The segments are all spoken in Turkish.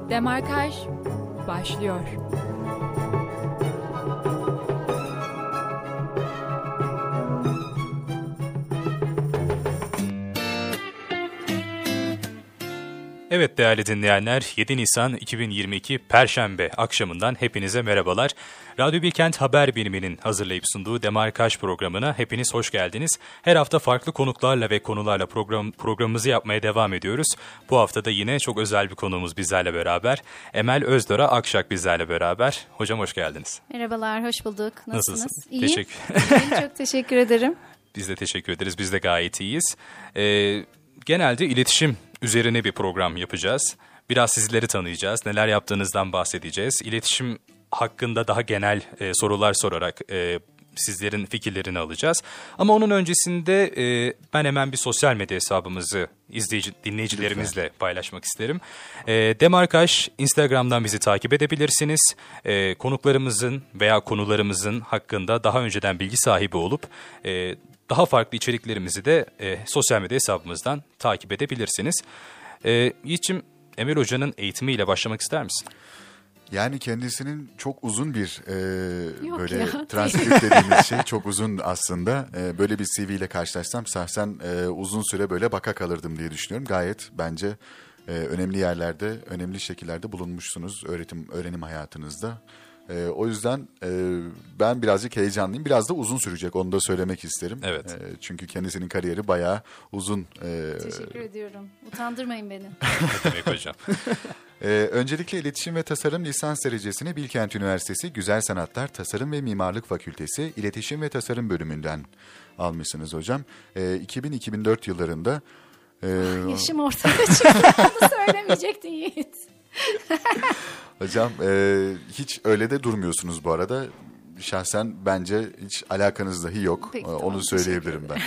Demarkaj başlıyor. Evet değerli dinleyenler, 7 Nisan 2022 Perşembe akşamından hepinize merhabalar. Radyo Bilkent Haber Biriminin hazırlayıp sunduğu Demarkaj programına hepiniz hoş geldiniz. Her hafta farklı konuklarla ve konularla programımızı yapmaya devam ediyoruz. Bu hafta da yine çok özel bir konuğumuz bizlerle beraber. Emel Özdora Akşak bizlerle beraber. Hocam hoş geldiniz. Merhabalar, hoş bulduk. Nasılsınız? İyiyim. İyiyim, çok teşekkür ederim. Biz de teşekkür ederiz, biz de gayet iyiyiz. Genelde iletişim üzerine bir program yapacağız. Biraz sizleri tanıyacağız, neler yaptığınızdan bahsedeceğiz. İletişim hakkında daha genel sorular sorarak sizlerin fikirlerini alacağız. Ama onun öncesinde ben hemen bir sosyal medya hesabımızı dinleyicilerimizle paylaşmak isterim. Demarkaj, Instagram'dan bizi takip edebilirsiniz. Konuklarımızın veya konularımızın hakkında daha önceden bilgi sahibi olup daha farklı içeriklerimizi de sosyal medya hesabımızdan takip edebilirsiniz. Yiğit'ciğim, Emel Hoca'nın eğitimiyle başlamak ister misin? Yani kendisinin çok uzun bir böyle ya, transkript dediğimiz şey çok uzun aslında. Böyle bir CV ile karşılaşsam şahsen uzun süre böyle baka kalırdım diye düşünüyorum. Gayet bence önemli yerlerde, önemli şekillerde bulunmuşsunuz öğrenim hayatınızda. O yüzden ben birazcık heyecanlıyım. Biraz da uzun sürecek, onu da söylemek isterim. Evet. Çünkü kendisinin kariyeri bayağı uzun. Teşekkür ediyorum. Utandırmayın beni. Ne demek hocam? Öncelikle İletişim ve Tasarım lisans derecesini Bilkent Üniversitesi Güzel Sanatlar Tasarım ve Mimarlık Fakültesi İletişim ve Tasarım bölümünden almışsınız hocam. 2000-2004 yıllarında... Yaşım ortaya çıktı. Onu söylemeyecektin Yiğit. Hocam hiç öyle de durmuyorsunuz bu arada. Şahsen bence hiç alakanız dahi yok. Peki, onu tamam, söyleyebilirim ben.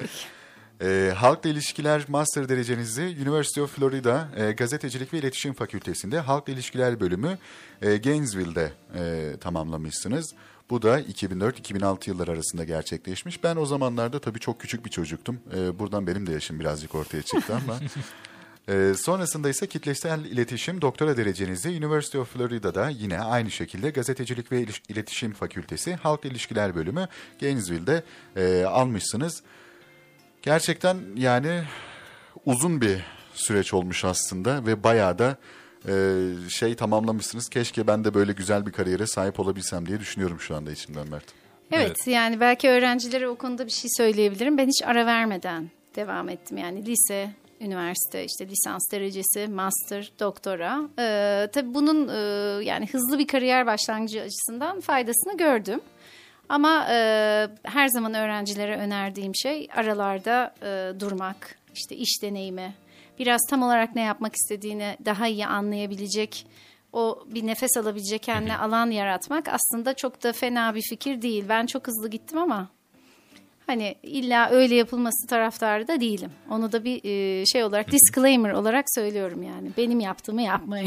Peki. Halkla İlişkiler Master derecenizi University of Florida Gazetecilik ve İletişim Fakültesi'nde Halkla İlişkiler bölümü Gainesville'de tamamlamışsınız. Bu da 2004-2006 yılları arasında gerçekleşmiş. Ben o zamanlarda tabii çok küçük bir çocuktum. Buradan benim de yaşım birazcık ortaya çıktı ama... Sonrasında ise kitlesel iletişim doktora derecenizi University of Florida'da yine aynı şekilde Gazetecilik ve İletişim Fakültesi Halk İlişkiler Bölümü Gainesville'de almışsınız. Gerçekten yani uzun bir süreç olmuş aslında ve bayağı da tamamlamışsınız. Keşke ben de böyle güzel bir kariyere sahip olabilsem diye düşünüyorum şu anda içimden Mert. Evet, yani belki öğrencilere o konuda bir şey söyleyebilirim. Ben hiç ara vermeden devam ettim. Yani lise, üniversite, işte lisans derecesi, master, doktora. Tabii bunun yani hızlı bir kariyer başlangıcı açısından faydasını gördüm. Ama her zaman öğrencilere önerdiğim şey aralarda durmak, işte iş deneyimi, biraz tam olarak ne yapmak istediğini daha iyi anlayabilecek, o bir nefes alabilecek kendine alan yaratmak aslında çok da fena bir fikir değil. Ben çok hızlı gittim ama hani illa öyle yapılması taraftarı da değilim. Onu da bir şey olarak, disclaimer olarak söylüyorum yani. Benim yaptığımı yapmayın.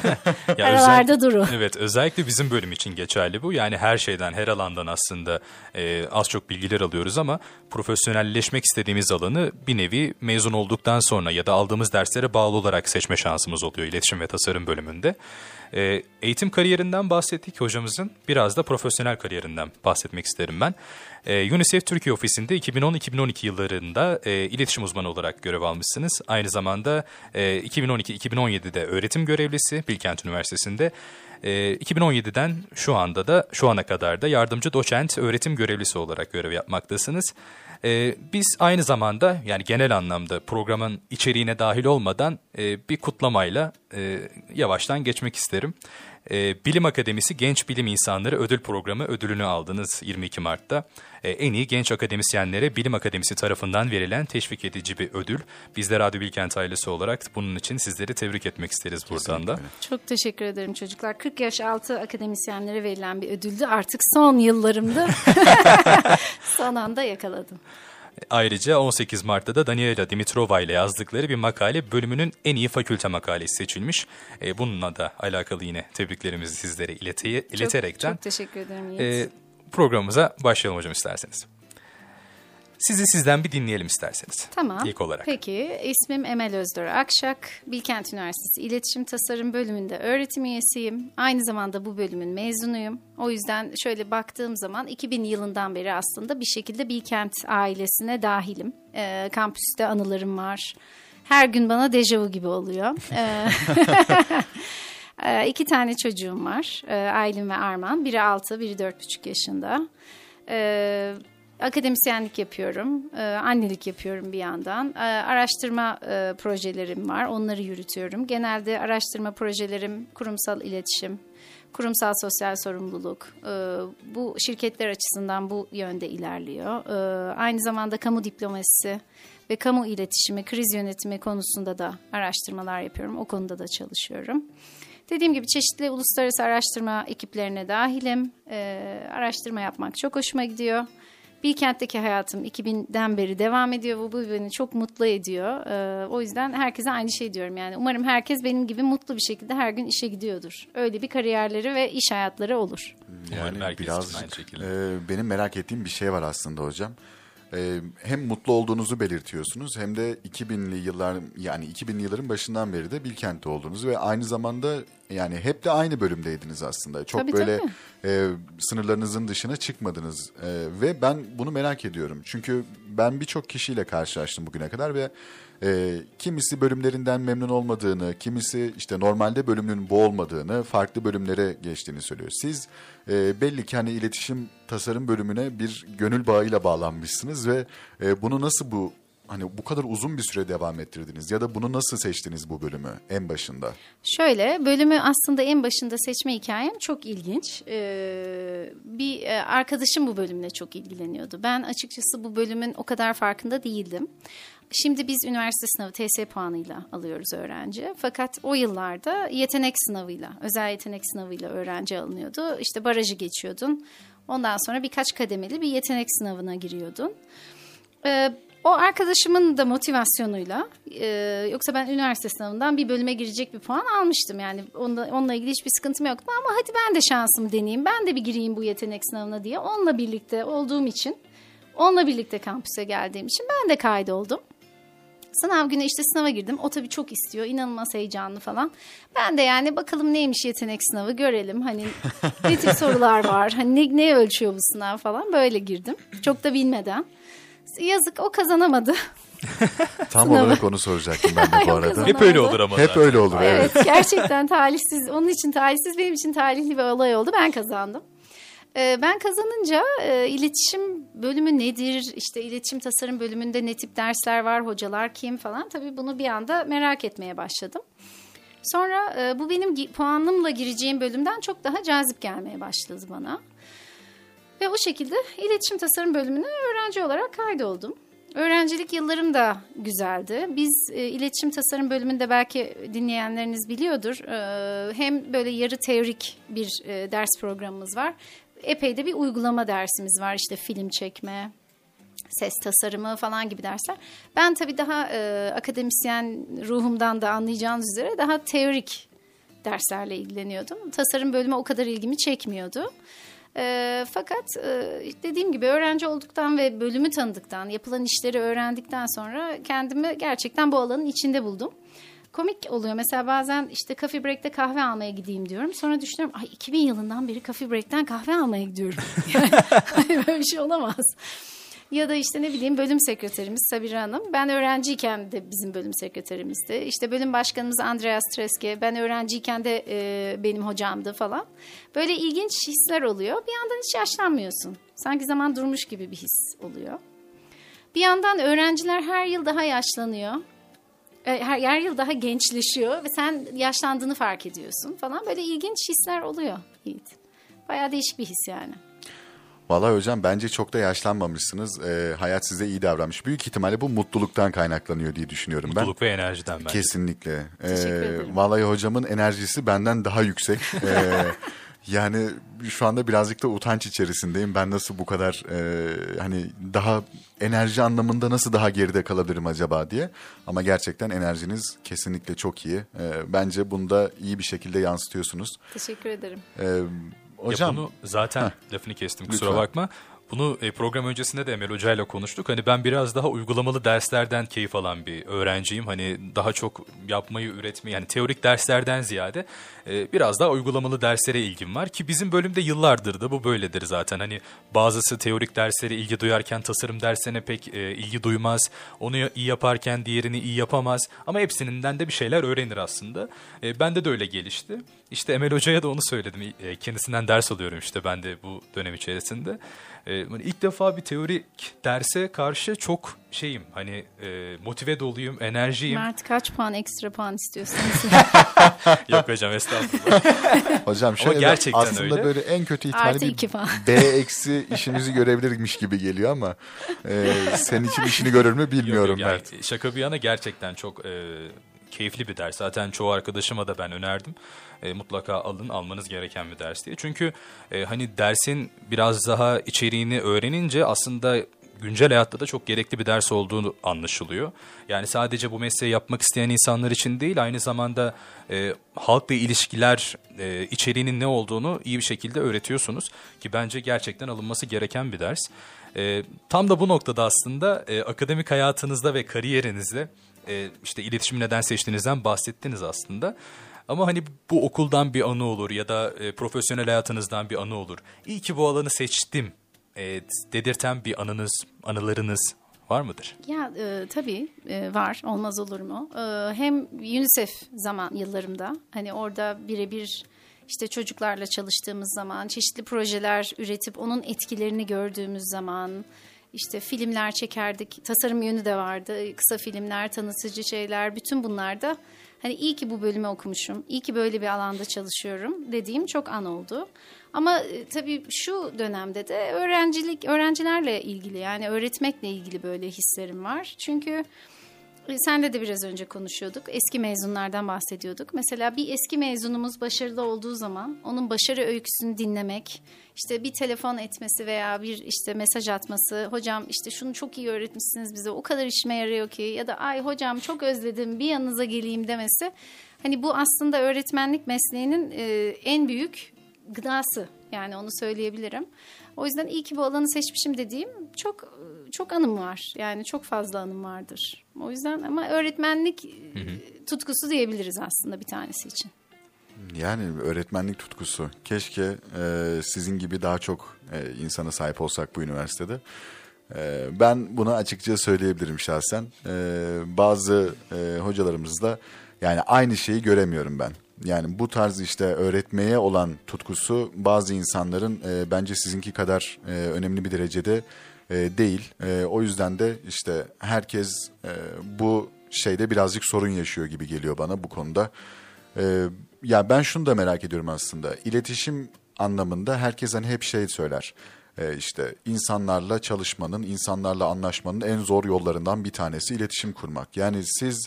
Aralarda durun. Evet, özellikle bizim bölüm için geçerli bu. Yani her şeyden, her alandan aslında az çok bilgiler alıyoruz ama profesyonelleşmek istediğimiz alanı bir nevi mezun olduktan sonra ya da aldığımız derslere bağlı olarak seçme şansımız oluyor İletişim ve Tasarım bölümünde. Eğitim kariyerinden bahsettik hocamızın. Biraz da profesyonel kariyerinden bahsetmek isterim ben. UNICEF Türkiye Ofisi'nde 2010-2012 yıllarında iletişim uzmanı olarak görev almışsınız. Aynı zamanda 2012-2017'de öğretim görevlisi Bilkent Üniversitesi'nde. 2017'den şu ana kadar da yardımcı doçent öğretim görevlisi olarak görev yapmaktasınız. Biz aynı zamanda yani genel anlamda programın içeriğine dahil olmadan bir kutlamayla yavaştan geçmek isterim. Bilim Akademisi Genç Bilim İnsanları Ödül Programı ödülünü aldınız 22 Mart'ta. En iyi genç akademisyenlere Bilim Akademisi tarafından verilen teşvik edici bir ödül. Biz de Radyo Bilkent ailesi olarak bunun için sizleri tebrik etmek isteriz buradan da. Çok teşekkür ederim çocuklar. 40 yaş altı akademisyenlere verilen bir ödüldü. Artık son yıllarımda son anda yakaladım. Ayrıca 18 Mart'ta da Daniela Dimitrova ile yazdıkları bir makale bölümünün en iyi fakülte makalesi seçilmiş. Bununla da alakalı yine tebriklerimizi sizlere ileterekten çok teşekkür ederim Yiğit. Programımıza başlayalım hocam isterseniz. Sizden bir dinleyelim isterseniz. Tamam. İlk olarak. Peki, ismim Emel Özdora Akşak. Bilkent Üniversitesi İletişim Tasarım bölümünde öğretim üyesiyim. Aynı zamanda bu bölümün mezunuyum. O yüzden şöyle baktığım zaman 2000 yılından beri aslında bir şekilde Bilkent ailesine dahilim. Kampüste anılarım var. Her gün bana dejavu gibi oluyor. 2 tane çocuğum var. Aylin ve Arman. Biri 6, biri 4,5 yaşında. Akademisyenlik yapıyorum, annelik yapıyorum bir yandan. Araştırma projelerim var, onları yürütüyorum. Genelde araştırma projelerim kurumsal iletişim, kurumsal sosyal sorumluluk. Bu şirketler açısından bu yönde ilerliyor. Aynı zamanda kamu diplomasisi ve kamu iletişimi, kriz yönetimi konusunda da araştırmalar yapıyorum. O konuda da çalışıyorum. Dediğim gibi çeşitli uluslararası araştırma ekiplerine dahilim. Araştırma yapmak çok hoşuma gidiyor. Bilkent'teki hayatım 2000'den beri devam ediyor. Bu beni çok mutlu ediyor. O yüzden herkese aynı şey diyorum. Yani umarım herkes benim gibi mutlu bir şekilde her gün işe gidiyordur. Öyle bir kariyerleri ve iş hayatları olur. Yani biraz benim merak ettiğim bir şey var aslında hocam. Hem mutlu olduğunuzu belirtiyorsunuz hem de 2000'li yıllar, yani 2000'li yılların başından beri de Bilkent'te oldunuz ve aynı zamanda yani hep de aynı bölümdeydiniz aslında. Çok Tabii, böyle sınırlarınızın dışına çıkmadınız ve ben bunu merak ediyorum. Çünkü ben birçok kişiyle karşılaştım bugüne kadar ve kimisi bölümlerinden memnun olmadığını, kimisi işte normalde bölümünün bu olmadığını, farklı bölümlere geçtiğini söylüyor. Siz belli ki hani iletişim tasarım bölümüne bir gönül bağıyla bağlanmışsınız ve bunu nasıl bu kadar uzun bir süre devam ettirdiniz ya da bunu nasıl seçtiniz bu bölümü en başında? Şöyle, bölümü aslında en başında seçme hikayem çok ilginç. Bir arkadaşım bu bölümle çok ilgileniyordu. Ben açıkçası bu bölümün o kadar farkında değildim. Şimdi biz üniversite sınavı TS puanıyla alıyoruz öğrenci. Fakat o yıllarda yetenek sınavıyla, özel yetenek sınavıyla öğrenci alınıyordu. İşte barajı geçiyordun. Ondan sonra birkaç kademeli bir yetenek sınavına giriyordun. O arkadaşımın da motivasyonuyla, yoksa ben üniversite sınavından bir bölüme girecek bir puan almıştım. Yani onunla ilgili hiçbir sıkıntım yoktu ama hadi ben de şansımı deneyeyim, ben de bir gireyim bu yetenek sınavına diye. Onunla birlikte olduğum için, onunla birlikte kampüse geldiğim için ben de kaydoldum. Sınav günü işte sınava girdim. O tabii çok istiyor. İnanılmaz heyecanlı falan. Ben de yani bakalım neymiş yetenek sınavı görelim. Hani ne tip sorular var. Hani ne ölçüyor bu sınav falan. Böyle girdim. Çok da bilmeden. Yazık o kazanamadı. Tam olarak onu soracaktım ben de bu arada. Hep öyle olur ama. Hep öyle olur. Evet. Gerçekten talihsiz. Onun için talihsiz, benim için talihli bir olay oldu. Ben kazandım. Ben kazanınca iletişim bölümü nedir, işte iletişim tasarım bölümünde ne tip dersler var, hocalar kim falan, tabii bunu bir anda merak etmeye başladım. Sonra bu benim puanımla gireceğim bölümden çok daha cazip gelmeye başladı bana. Ve o şekilde iletişim tasarım bölümüne öğrenci olarak kaydoldum. Öğrencilik yıllarım da güzeldi. Biz iletişim tasarım bölümünde belki dinleyenleriniz biliyordur. Hem böyle yarı teorik bir ders programımız var. Epey de bir uygulama dersimiz var. İşte film çekme, ses tasarımı falan gibi dersler. Ben tabii daha akademisyen ruhumdan da anlayacağınız üzere daha teorik derslerle ilgileniyordum. Tasarım bölümü o kadar ilgimi çekmiyordu. Fakat dediğim gibi öğrenci olduktan ve bölümü tanıdıktan, yapılan işleri öğrendikten sonra kendimi gerçekten bu alanın içinde buldum. Komik oluyor. Mesela bazen işte Coffee Break'te kahve almaya gideyim diyorum. Sonra düşünüyorum 2000 yılından beri Coffee Break'ten kahve almaya gidiyorum. Yani böyle bir şey olamaz. Ya da işte ne bileyim bölüm sekreterimiz Sabira Hanım. Ben öğrenciyken de bizim bölüm sekreterimizdi. İşte bölüm başkanımız Andreas Treske. Ben öğrenciyken de benim hocamdı falan. Böyle ilginç hisler oluyor. Bir yandan hiç yaşlanmıyorsun. Sanki zaman durmuş gibi bir his oluyor. Bir yandan öğrenciler her yıl daha yaşlanıyor. Her yıl daha gençleşiyor ve sen yaşlandığını fark ediyorsun falan. Böyle ilginç hisler oluyor Yiğit. Bayağı değişik bir his yani. Vallahi hocam bence çok da yaşlanmamışsınız. Hayat size iyi davranmış. Büyük ihtimalle bu mutluluktan kaynaklanıyor diye düşünüyorum ben. Mutluluk ve enerjiden bence. Kesinlikle. Teşekkür ederim. Vallahi hocamın enerjisi benden daha yüksek. Yani şu anda birazcık da utanç içerisindeyim. Ben nasıl bu kadar hani daha enerji anlamında nasıl daha geride kalabilirim acaba diye. Ama gerçekten enerjiniz kesinlikle çok iyi. Bence bunu da iyi bir şekilde yansıtıyorsunuz. Teşekkür ederim. Hocam. Ya bunu zaten lafını kestim kusura bakma. Bunu program öncesinde de Emel Hoca ile konuştuk. Hani ben biraz daha uygulamalı derslerden keyif alan bir öğrenciyim. Hani daha çok yapmayı, üretmeyi, yani teorik derslerden ziyade biraz daha uygulamalı derslere ilgim var. Ki bizim bölümde yıllardır da bu böyledir zaten. Hani bazısı teorik derslere ilgi duyarken tasarım derslerine pek ilgi duymaz. Onu iyi yaparken diğerini iyi yapamaz. Ama hepsinden de bir şeyler öğrenir aslında. Bende de öyle gelişti. İşte Emel Hoca'ya da onu söyledim. Kendisinden ders alıyorum işte ben de bu dönem içerisinde. İlk defa bir teorik derse karşı çok şeyim, hani motive doluyum, enerjiyim. Mert kaç puan ekstra puan istiyorsunuz? Yok hocam, estağfurullah. Hocam şöyle gerçekten aslında öyle. böyle en kötü ihtimalle Artı 2 bir puan. B eksi işimizi görebilirmiş gibi geliyor ama senin için işini görür mü bilmiyorum Yok, yani Mert. şaka bir yana gerçekten çok keyifli bir ders. Zaten çoğu arkadaşıma da ben önerdim. Mutlaka almanız gereken bir ders diye. Çünkü hani dersin biraz daha içeriğini öğrenince aslında güncel hayatta da çok gerekli bir ders olduğunu anlaşılıyor. Yani sadece bu mesleği yapmak isteyen insanlar için değil, aynı zamanda halkla ilişkiler içeriğinin ne olduğunu iyi bir şekilde öğretiyorsunuz. Ki bence gerçekten alınması gereken bir ders. Tam da bu noktada aslında akademik hayatınızda ve kariyerinizde işte iletişimi neden seçtiğinizden bahsettiniz aslında. Ama hani bu okuldan bir anı olur ya da profesyonel hayatınızdan bir anı olur. İyi ki bu alanı seçtim dedirten bir anılarınız var mıdır? Ya tabii var, olmaz olur mu? Hem UNICEF yıllarımda hani orada birebir işte çocuklarla çalıştığımız zaman, çeşitli projeler üretip onun etkilerini gördüğümüz zaman, işte filmler çekerdik, tasarım yönü de vardı, kısa filmler, tanıtıcı şeyler, bütün bunlarda hani iyi ki bu bölümü okumuşum, iyi ki böyle bir alanda çalışıyorum dediğim çok an oldu. Ama tabii şu dönemde de öğrencilerle ilgili, yani öğretmekle ilgili böyle hislerim var. Çünkü senle de biraz önce konuşuyorduk, eski mezunlardan bahsediyorduk. Mesela bir eski mezunumuz başarılı olduğu zaman onun başarı öyküsünü dinlemek, işte bir telefon etmesi veya bir işte mesaj atması, hocam işte şunu çok iyi öğretmişsiniz bize, o kadar işime yarıyor ki, ya da ay hocam çok özledim bir yanınıza geleyim demesi. Hani bu aslında öğretmenlik mesleğinin en büyük gıdası, yani onu söyleyebilirim. O yüzden iyi ki bu alanı seçmişim dediğim çok anım var. Yani çok fazla anım vardır. O yüzden ama öğretmenlik tutkusu diyebiliriz aslında bir tanesi için. Yani öğretmenlik tutkusu. Keşke sizin gibi daha çok insana sahip olsak bu üniversitede. Ben bunu açıkça söyleyebilirim şahsen. Bazı hocalarımızda yani aynı şeyi göremiyorum ben. Yani bu tarz işte öğretmeye olan tutkusu bazı insanların bence sizinki kadar önemli bir derecede değil. O yüzden de işte herkes bu şeyde birazcık sorun yaşıyor gibi geliyor bana bu konuda. Ya ben şunu da merak ediyorum aslında. İletişim anlamında herkes hani hep şey söyler. İşte insanlarla çalışmanın, insanlarla anlaşmanın en zor yollarından bir tanesi iletişim kurmak. Yani siz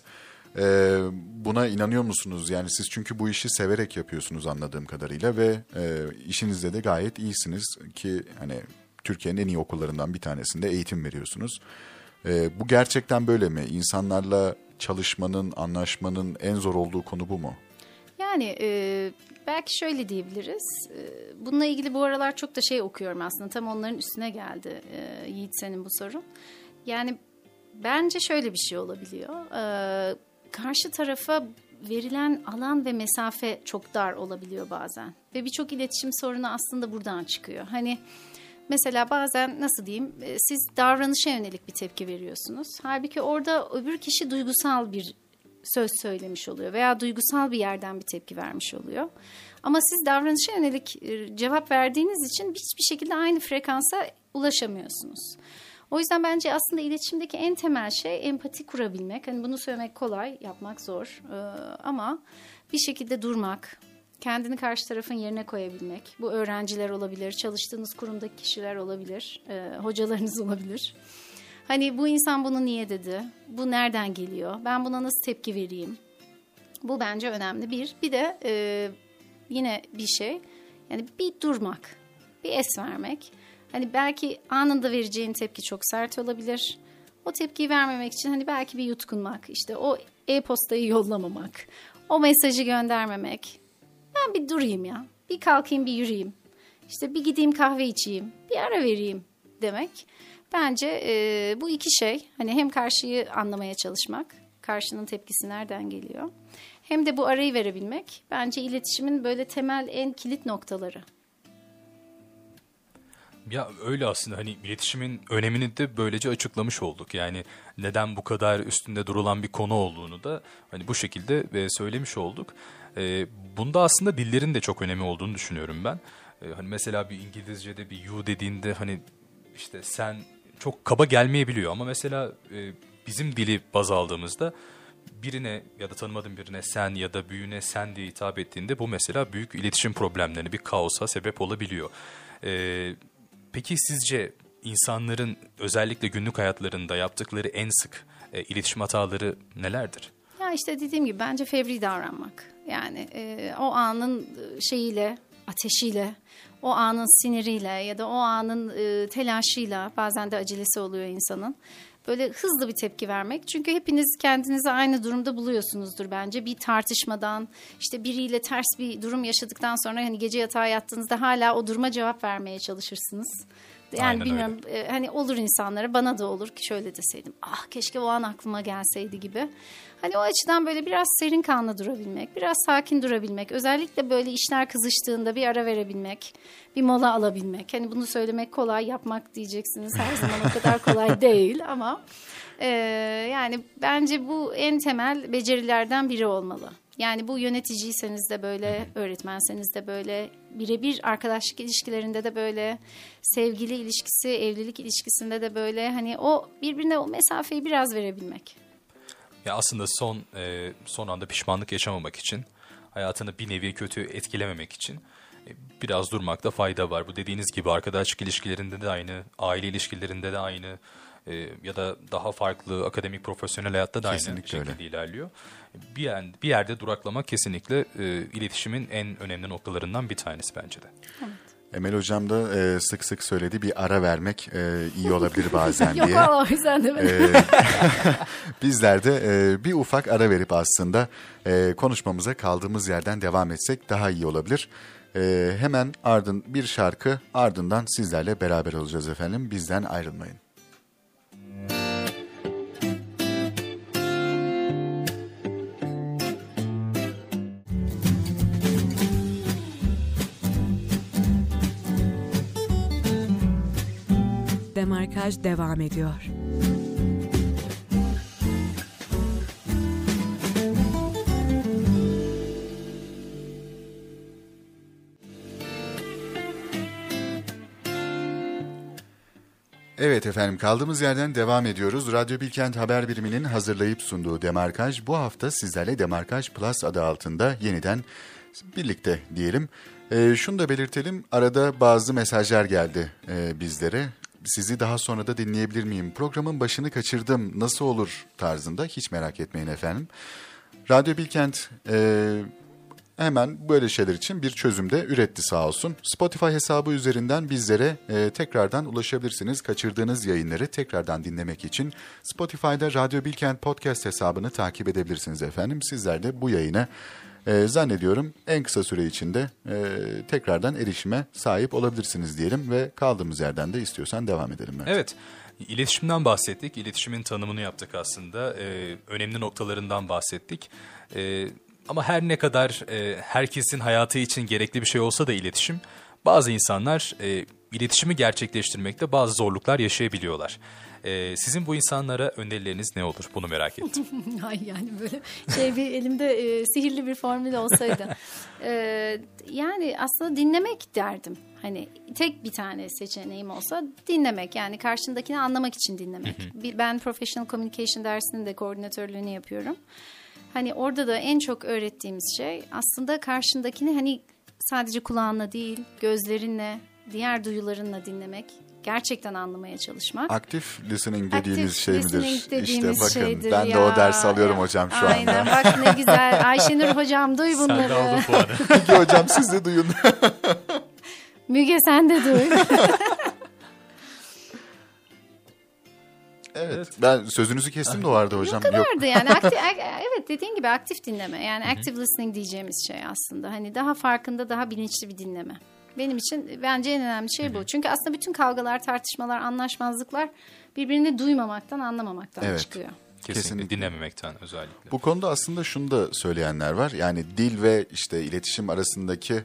buna inanıyor musunuz? Yani siz çünkü bu işi severek yapıyorsunuz anladığım kadarıyla ve işinizde de gayet iyisiniz ki hani Türkiye'nin en iyi okullarından bir tanesinde eğitim veriyorsunuz. Bu gerçekten böyle mi? İnsanlarla çalışmanın, anlaşmanın en zor olduğu konu bu mu? Yani belki şöyle diyebiliriz. Bununla ilgili bu aralar çok da şey okuyorum aslında. Tam onların üstüne geldi Yiğit senin bu sorun. Yani bence şöyle bir şey olabiliyor. Karşı tarafa verilen alan ve mesafe çok dar olabiliyor bazen. Ve birçok iletişim sorunu aslında buradan çıkıyor. Hani mesela bazen nasıl diyeyim, siz davranışa yönelik bir tepki veriyorsunuz. Halbuki orada öbür kişi duygusal bir söz söylemiş oluyor veya duygusal bir yerden bir tepki vermiş oluyor. Ama siz davranışa yönelik cevap verdiğiniz için hiçbir şekilde aynı frekansa ulaşamıyorsunuz. O yüzden bence aslında iletişimdeki en temel şey empati kurabilmek. Hani bunu söylemek kolay, yapmak zor. Ama bir şekilde durmak, kendini karşı tarafın yerine koyabilmek. Bu öğrenciler olabilir, çalıştığınız kurumdaki kişiler olabilir, hocalarınız olabilir. Hani bu insan bunu niye dedi? Bu nereden geliyor? Ben buna nasıl tepki vereyim? Bu bence önemli bir de yine bir şey. Yani bir durmak, bir es vermek. Hani belki anında vereceğin tepki çok sert olabilir. O tepkiyi vermemek için hani belki bir yutkunmak, işte o e-postayı yollamamak, o mesajı göndermemek. Ben bir durayım ya, bir kalkayım bir yürüyeyim. İşte bir gideyim kahve içeyim, bir ara vereyim demek. Bence bu iki şey, hani hem karşıyı anlamaya çalışmak, karşının tepkisi nereden geliyor, hem de bu arayı verebilmek bence iletişimin böyle temel en kilit noktaları. Ya öyle aslında, hani iletişimin önemini de böylece açıklamış olduk. Yani neden bu kadar üstünde durulan bir konu olduğunu da hani bu şekilde söylemiş olduk. Bunda aslında dillerin de çok önemi olduğunu düşünüyorum ben. Hani mesela bir İngilizce'de bir you dediğinde hani işte sen çok kaba gelmeyebiliyor ama mesela bizim dili baz aldığımızda birine ya da tanımadığın birine sen ya da büyüğüne sen diye hitap ettiğinde bu mesela büyük iletişim problemlerine, bir kaosa sebep olabiliyor. Peki sizce insanların özellikle günlük hayatlarında yaptıkları en sık iletişim hataları nelerdir? Ya işte dediğim gibi bence fevri davranmak. Yani o anın şeyiyle, ateşiyle, o anın siniriyle ya da o anın telaşıyla, bazen de acelesi oluyor insanın. Böyle hızlı bir tepki vermek. Çünkü hepiniz kendinizi aynı durumda buluyorsunuzdur bence. Bir tartışmadan, işte biriyle ters bir durum yaşadıktan sonra hani gece yatağa yattığınızda hala o duruma cevap vermeye çalışırsınız. Yani Aynen bilmiyorum hani olur insanlara, bana da olur ki şöyle deseydim. Ah keşke o an aklıma gelseydi gibi. Hani o açıdan böyle biraz serin kanlı durabilmek, biraz sakin durabilmek. Özellikle böyle işler kızıştığında bir ara verebilmek, bir mola alabilmek. Hani bunu söylemek kolay, yapmak diyeceksiniz her zaman o kadar kolay değil ama yani bence bu en temel becerilerden biri olmalı. Yani bu yöneticiyseniz de böyle, öğretmenseniz de böyle, birebir arkadaşlık ilişkilerinde de böyle, sevgili ilişkisi, evlilik ilişkisinde de böyle, hani o birbirine o mesafeyi biraz verebilmek. Ya aslında son anda pişmanlık yaşamamak için, hayatını bir nevi kötü etkilememek için biraz durmakta fayda var. Bu dediğiniz gibi arkadaşlık ilişkilerinde de aynı, aile ilişkilerinde de aynı ya da daha farklı akademik, profesyonel hayatta da Kesinlikle aynı şekilde öyle. ilerliyor. Bir yerde duraklamak kesinlikle iletişimin en önemli noktalarından bir tanesi bence de. Evet. Emel Hocam da sık sık söyledi, bir ara vermek iyi olabilir bazen Yok diye. valla o yüzden demedim. Bizler de bir ufak ara verip aslında konuşmamıza kaldığımız yerden devam etsek daha iyi olabilir. Hemen bir şarkı, ardından sizlerle beraber olacağız efendim. Bizden ayrılmayın. Demarkaj devam ediyor. Evet efendim, kaldığımız yerden devam ediyoruz. Radyo Bilkent Haber Biriminin hazırlayıp sunduğu Demarkaj bu hafta sizlerle Demarkaj Plus adı altında yeniden birlikte diyelim. Şunu da belirtelim, arada bazı mesajlar geldi bizlere. Sizi daha sonra da dinleyebilir miyim? Programın başını kaçırdım, nasıl olur tarzında, hiç merak etmeyin efendim. Radyo Bilkent hemen böyle şeyler için bir çözüm de üretti sağ olsun. Spotify hesabı üzerinden bizlere tekrardan ulaşabilirsiniz. Kaçırdığınız yayınları tekrardan dinlemek için Spotify'da Radyo Bilkent Podcast hesabını takip edebilirsiniz efendim. Sizler de bu yayına zannediyorum en kısa süre içinde tekrardan erişime sahip olabilirsiniz diyelim ve kaldığımız yerden de istiyorsan devam edelim. Evet, iletişimden bahsettik, iletişimin tanımını yaptık aslında, önemli noktalarından bahsettik. Ama her ne kadar herkesin hayatı için gerekli bir şey olsa da iletişim, bazı insanlar iletişimi gerçekleştirmekte bazı zorluklar yaşayabiliyorlar. Sizin bu insanlara önerileriniz ne olur? Bunu merak ettim. Ay yani böyle bir elimde sihirli bir formül olsaydı. Yani aslında dinlemek derdim. Hani tek bir tane seçeneğim olsa dinlemek. Yani karşındakini anlamak için dinlemek. Ben Professional Communication dersinin de koordinatörlüğünü yapıyorum. Hani orada da en çok öğrettiğimiz şey aslında karşındakini hani sadece kulağınla değil, gözlerinle, diğer duyularınla dinlemek. Gerçekten anlamaya çalışmak. Aktif listening dediğimiz şey midir? Dediğimiz İşte bakın şeydir ben de o dersi alıyorum hocam şu anda. Aynen bak ne güzel. Ayşenur hocam duy bunları. Sen de aldın puanı. Peki hocam siz de duyun. Müge sen de duy. Evet. Ben sözünüzü kestim de o arada hocam. O kadardı yani. Evet dediğin gibi aktif dinleme. Yani active listening diyeceğimiz şey aslında. Hani daha farkında, daha bilinçli bir dinleme. Benim için bence en önemli şey bu. Çünkü aslında bütün kavgalar, tartışmalar, anlaşmazlıklar birbirini duymamaktan, anlamamaktan çıkıyor. Kesinlikle dinlememekten özellikle. Bu konuda aslında şunu da söyleyenler var. Yani dil ve işte iletişim arasındaki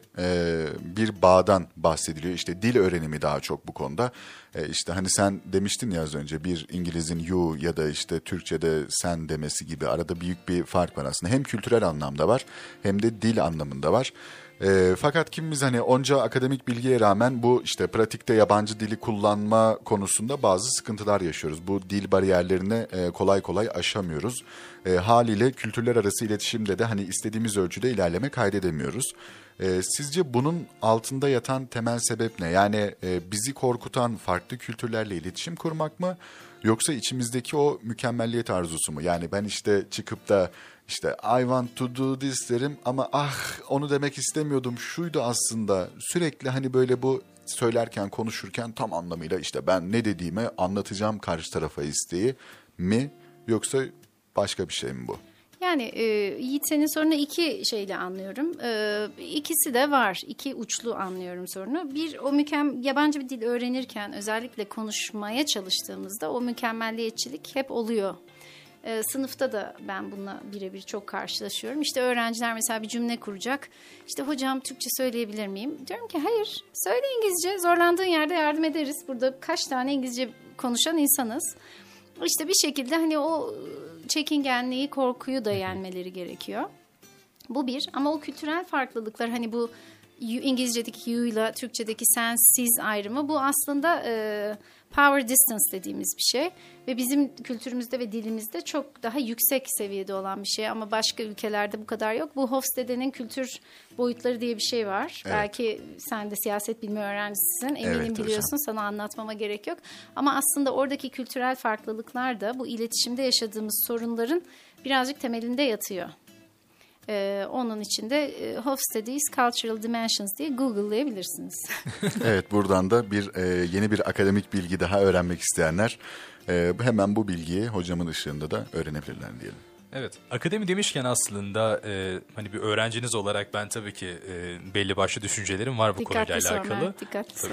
bir bağdan bahsediliyor. İşte dil öğrenimi daha çok bu konuda. İşte hani sen demiştin ya az önce, bir İngiliz'in you ya da işte Türkçe'de sen demesi gibi arada büyük bir fark var aslında. Hem kültürel anlamda var hem de dil anlamında var. Fakat kimimiz hani onca akademik bilgiye rağmen bu işte pratikte yabancı dili kullanma konusunda bazı sıkıntılar yaşıyoruz. Bu dil bariyerlerini kolay kolay aşamıyoruz. Haliyle kültürler arası iletişimde de hani istediğimiz ölçüde ilerleme kaydedemiyoruz. Sizce bunun altında yatan temel sebep ne? Yani bizi korkutan farklı kültürlerle iletişim kurmak mı? Yoksa içimizdeki o mükemmelliyet arzusu mu? Yani ben işte çıkıp da işte I want to do this derim ama onu demek istemiyordum, şuydu aslında. Sürekli hani böyle bu söylerken, konuşurken tam anlamıyla işte ben ne dediğimi anlatacağım karşı tarafa isteği mi? Yoksa başka bir şey mi bu? Yani Yiğit, senin sorunu iki şeyle anlıyorum. İkisi de var. İki uçlu anlıyorum sorunu. Bir, o yabancı bir dil öğrenirken özellikle konuşmaya çalıştığımızda o mükemmelliyetçilik hep oluyor. Sınıfta da ben bununla birebir çok karşılaşıyorum. İşte öğrenciler mesela bir cümle kuracak. İşte hocam Türkçe söyleyebilir miyim? Diyorum ki hayır, söyle İngilizce. Zorlandığın yerde yardım ederiz. Burada kaç tane İngilizce konuşan insanız. İşte bir şekilde hani o çekingenliği, korkuyu da yenmeleri gerekiyor. Bu bir. Ama o kültürel farklılıklar, hani bu İngilizce'deki you ile Türkçe'deki sen, siz ayrımı, bu aslında power distance dediğimiz bir şey. Ve bizim kültürümüzde ve dilimizde çok daha yüksek seviyede olan bir şey. Ama başka ülkelerde bu kadar yok. Bu Hofstede'nin kültür boyutları diye bir şey var. Evet. Belki sen de siyaset bilimi öğrencisisin. Eminim evet, biliyorsun. Hocam. Sana anlatmama gerek yok. Ama aslında oradaki kültürel farklılıklar da bu iletişimde yaşadığımız sorunların birazcık temelinde yatıyor. Onun için de Hofstede's Cultural Dimensions diye Google'layabilirsiniz. Evet, buradan da yeni bir akademik bilgi daha öğrenmek isteyenler hemen bu bilgiyi hocamın ışığında da öğrenebilirler diyelim. Evet, akademi demişken aslında hani bir öğrenciniz olarak ben tabii ki belli başlı düşüncelerim var bu konuyla alakalı. Dikkatli sor.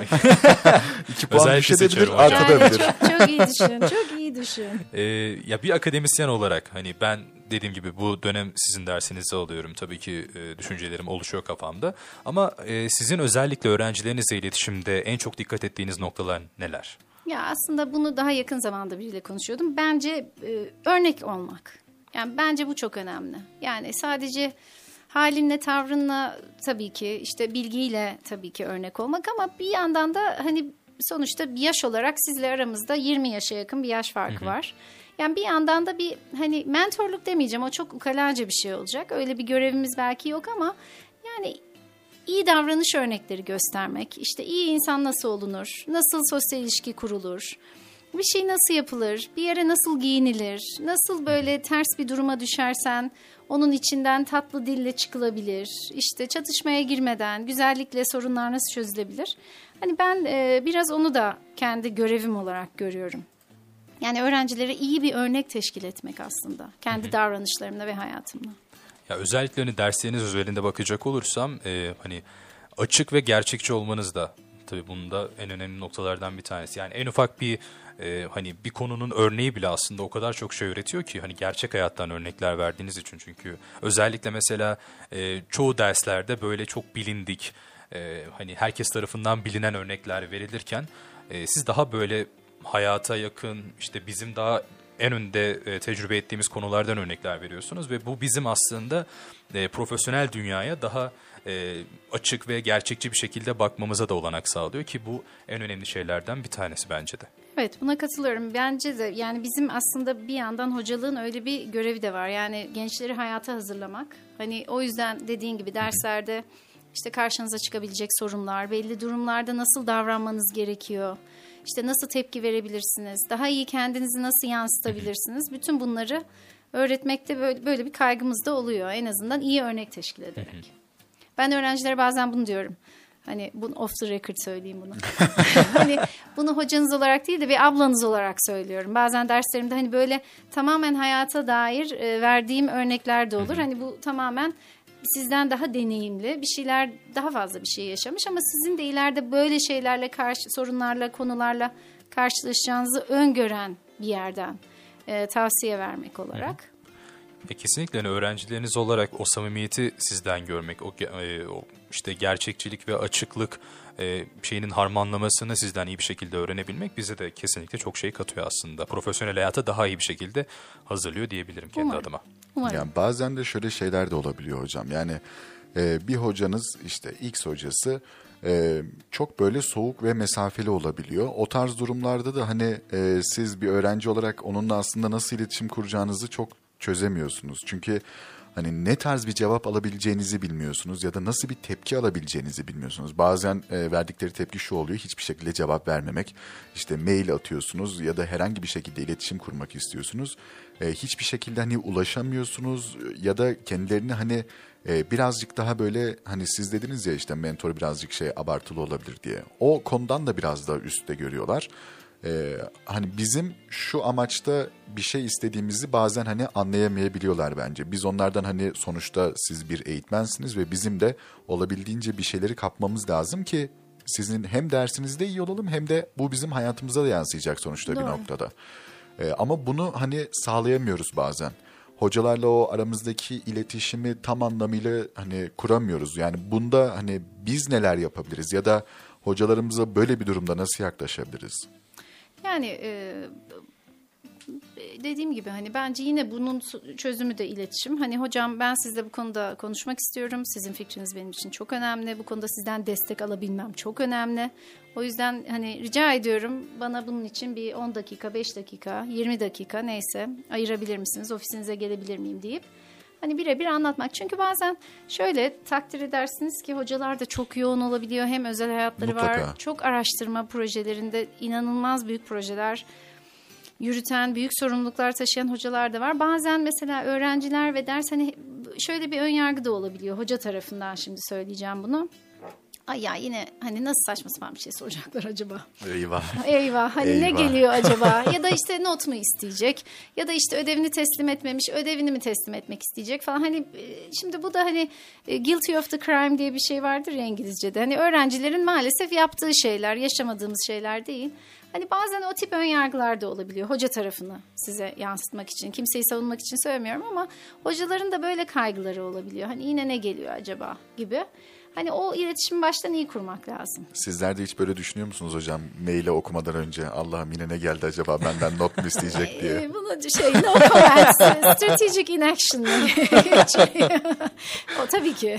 2 puan düşebilir, artabilir. Çok iyi düşün, çok iyi düşün. Ya bir akademisyen olarak hani ben dediğim gibi bu dönem sizin dersinizde alıyorum. Tabii ki düşüncelerim oluşuyor kafamda. Ama sizin özellikle öğrencilerinizle iletişimde en çok dikkat ettiğiniz noktalar neler? Ya aslında bunu daha yakın zamanda biriyle konuşuyordum. Bence örnek olmak. Yani bence bu çok önemli. Yani sadece halinle, tavrınla tabii ki, işte bilgiyle tabii ki örnek olmak, ama bir yandan da hani sonuçta bir yaş olarak sizle aramızda 20 yaşa yakın bir yaş farkı var. Yani bir yandan da bir hani mentorluk demeyeceğim, o çok ukalaca bir şey olacak. Öyle bir görevimiz belki yok ama yani iyi davranış örnekleri göstermek, işte iyi insan nasıl olunur, nasıl sosyal ilişki kurulur, bir şey nasıl yapılır, bir yere nasıl giyinilir, nasıl böyle ters bir duruma düşersen onun içinden tatlı dille çıkılabilir, işte çatışmaya girmeden güzellikle sorunlar nasıl çözülebilir. Hani ben biraz onu da kendi görevim olarak görüyorum. Yani öğrencilere iyi bir örnek teşkil etmek aslında, kendi davranışlarımla ve hayatımla. Ya özellikle hani dersleriniz üzerinde bakacak olursam hani açık ve gerçekçi olmanız da tabii bunun da en önemli noktalardan bir tanesi. Yani en ufak bir hani bir konunun örneği bile aslında o kadar çok şey öğretiyor ki, hani gerçek hayattan örnekler verdiğiniz için. Çünkü özellikle mesela çoğu derslerde böyle çok bilindik, hani herkes tarafından bilinen örnekler verilirken siz daha böyle hayata yakın, işte bizim daha en önde tecrübe ettiğimiz konulardan örnekler veriyorsunuz ve bu bizim aslında profesyonel dünyaya daha açık ve gerçekçi bir şekilde bakmamıza da olanak sağlıyor ki bu en önemli şeylerden bir tanesi bence de. Evet, buna katılıyorum. Bence de yani bizim aslında bir yandan hocalığın öyle bir görevi de var. Yani gençleri hayata hazırlamak. Hani o yüzden dediğin gibi derslerde işte karşınıza çıkabilecek sorunlar, belli durumlarda nasıl davranmanız gerekiyor, İşte nasıl tepki verebilirsiniz, daha iyi kendinizi nasıl yansıtabilirsiniz, bütün bunları öğretmekte böyle bir kaygımız da oluyor. En azından iyi örnek teşkil ederek. Ben öğrencilere bazen bunu diyorum. Hani bunu off the record söyleyeyim bunu. Hani bunu hocanız olarak değil de bir ablanız olarak söylüyorum. Bazen derslerimde hani böyle tamamen hayata dair verdiğim örnekler de olur. Hani bu tamamen sizden daha deneyimli, bir şeyler daha fazla bir şey yaşamış ama sizin de ileride böyle şeylerle sorunlarla, konularla karşılaşacağınızı öngören bir yerden tavsiye vermek olarak. Kesinlikle hani öğrencileriniz olarak o samimiyeti sizden görmek, o işte gerçekçilik ve açıklık şeyinin harmanlamasını sizden iyi bir şekilde öğrenebilmek bize de kesinlikle çok şey katıyor aslında. Profesyonel hayata daha iyi bir şekilde hazırlıyor diyebilirim kendi adıma. Umarım. Yani bazen de şöyle şeyler de olabiliyor hocam. Yani bir hocanız işte X hocası çok böyle soğuk ve mesafeli olabiliyor. O tarz durumlarda da hani siz bir öğrenci olarak onunla aslında nasıl iletişim kuracağınızı çok çözemiyorsunuz. Çünkü hani ne tarz bir cevap alabileceğinizi bilmiyorsunuz ya da nasıl bir tepki alabileceğinizi bilmiyorsunuz. Bazen verdikleri tepki şu oluyor: hiçbir şekilde cevap vermemek. İşte mail atıyorsunuz ya da herhangi bir şekilde iletişim kurmak istiyorsunuz. Hiçbir şekilde hani ulaşamıyorsunuz ya da kendilerini hani birazcık daha böyle, hani siz dediniz ya işte mentor birazcık abartılı olabilir diye. O konudan da biraz daha üstte görüyorlar. Hani bizim şu amaçta bir şey istediğimizi bazen hani anlayamayabiliyorlar bence. Biz onlardan hani sonuçta siz bir eğitmensiniz ve bizim de olabildiğince bir şeyleri kapmamız lazım ki sizin hem dersinizde iyi olalım hem de bu bizim hayatımıza da yansıyacak sonuçta bir Doğru. noktada. Ama bunu hani sağlayamıyoruz bazen. Hocalarla o aramızdaki iletişimi tam anlamıyla hani kuramıyoruz. Yani bunda hani biz neler yapabiliriz ya da hocalarımıza böyle bir durumda nasıl yaklaşabiliriz? Yani dediğim gibi hani bence yine bunun çözümü de iletişim. Hani hocam ben sizle bu konuda konuşmak istiyorum. Sizin fikriniz benim için çok önemli. Bu konuda sizden destek alabilmem çok önemli. O yüzden hani rica ediyorum, bana bunun için bir 10 dakika, 5 dakika, 20 dakika neyse ayırabilir misiniz? Ofisinize gelebilir miyim deyip hani birebir anlatmak. Çünkü bazen şöyle takdir edersiniz ki hocalar da çok yoğun olabiliyor. Hem özel hayatları Mutlaka. var. Çok araştırma projelerinde inanılmaz büyük projeler yürüten, büyük sorumluluklar taşıyan hocalar da var. Bazen mesela öğrenciler ve ders hani şöyle bir önyargı da olabiliyor. Hoca tarafından şimdi söyleyeceğim bunu. Ay ya yine hani nasıl saçma sapan bir şey soracaklar acaba? Eyvah. Eyvah hani ne Eyvah. geliyor acaba? Ya da işte not mu isteyecek? Ya da işte ödevini teslim etmemiş, ödevini mi teslim etmek isteyecek falan. Hani şimdi bu da hani guilty of the crime diye bir şey vardır ya İngilizce'de. Hani öğrencilerin maalesef yaptığı şeyler, yaşamadığımız şeyler değil. Hani bazen o tip önyargılar da olabiliyor hoca tarafını size yansıtmak için. Kimseyi savunmak için söylemiyorum ama hocaların da böyle kaygıları olabiliyor. Hani yine ne geliyor acaba gibi. Hani o iletişimi baştan iyi kurmak lazım. Sizler de hiç böyle düşünüyor musunuz hocam? Maili okumadan önce Allah'ım yine ne geldi acaba, benden not mu isteyecek diye. Bunu no comments, strategic inaction. O tabii ki.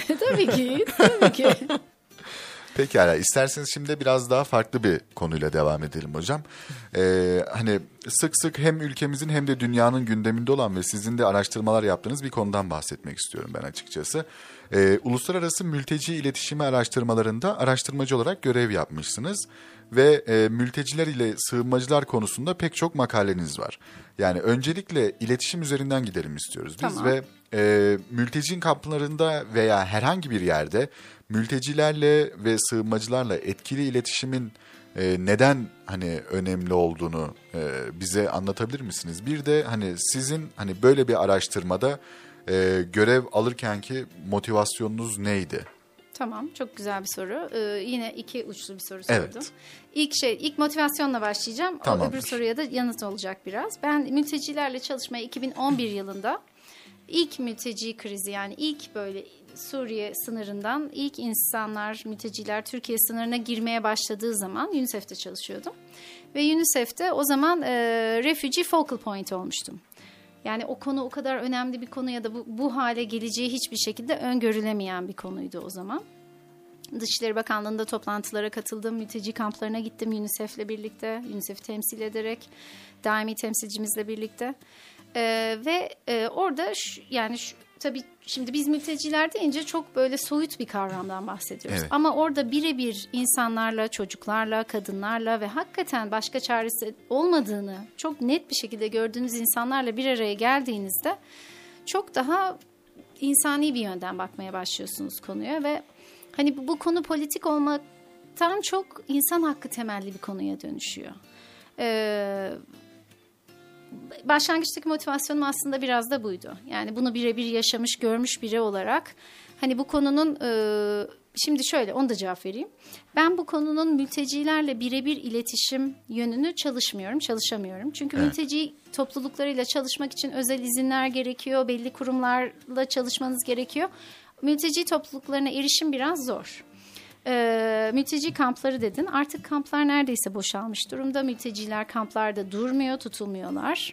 Pekala, isterseniz şimdi biraz daha farklı bir konuyla devam edelim hocam. Hani sık sık hem ülkemizin hem de dünyanın gündeminde olan ve sizin de araştırmalar yaptığınız bir konudan bahsetmek istiyorum ben açıkçası. Uluslararası mülteci iletişimi araştırmalarında araştırmacı olarak görev yapmışsınız ve mülteciler ile sığınmacılar konusunda pek çok makaleniz var. Yani öncelikle iletişim üzerinden gidelim istiyoruz biz. Tamam. Ve mülteci kamplarında veya herhangi bir yerde mültecilerle ve sığınmacılarla etkili iletişimin neden hani önemli olduğunu bize anlatabilir misiniz? Bir de hani sizin hani böyle bir araştırmada görev alırkenki motivasyonunuz neydi? Tamam, çok güzel bir soru. Yine iki uçlu bir soru Evet. sordum. İlk motivasyonla başlayacağım. O Tamamdır. öbür soruya da yanıt olacak biraz. Ben mültecilerle çalışmaya 2011 yılında ilk mülteci krizi, yani ilk böyle Suriye sınırından ilk insanlar, mülteciler Türkiye sınırına girmeye başladığı zaman UNICEF'te çalışıyordum. Ve UNICEF'te o zaman Refugee Focal Point olmuştum. Yani o konu o kadar önemli bir konu ya da bu hale geleceği hiçbir şekilde öngörülemeyen bir konuydu o zaman. Dışişleri Bakanlığı'nda toplantılara katıldım. Mülteci kamplarına gittim UNICEF'le birlikte. UNICEF'i temsil ederek, daimi temsilcimizle birlikte. Orada tabii şimdi biz mülteciler deyince çok böyle soyut bir kavramdan bahsediyoruz. Evet. Ama orada birebir insanlarla, çocuklarla, kadınlarla ve hakikaten başka çaresi olmadığını çok net bir şekilde gördüğünüz insanlarla bir araya geldiğinizde çok daha insani bir yönden bakmaya başlıyorsunuz konuya ve hani bu konu politik olmaktan çok insan hakkı temelli bir konuya dönüşüyor. Başlangıçtaki motivasyonum aslında biraz da buydu. Yani bunu birebir yaşamış, görmüş biri olarak Hani bu konunun şimdi şöyle, onu da cevap vereyim. Ben bu konunun mültecilerle birebir iletişim yönünü çalışamıyorum. Çünkü mülteci topluluklarıyla çalışmak için özel izinler gerekiyor, belli kurumlarla çalışmanız gerekiyor. Mülteci topluluklarına erişim biraz zor. Mülteci kampları dedin. Artık kamplar neredeyse boşalmış durumda. Mülteciler kamplarda durmuyor, tutulmuyorlar.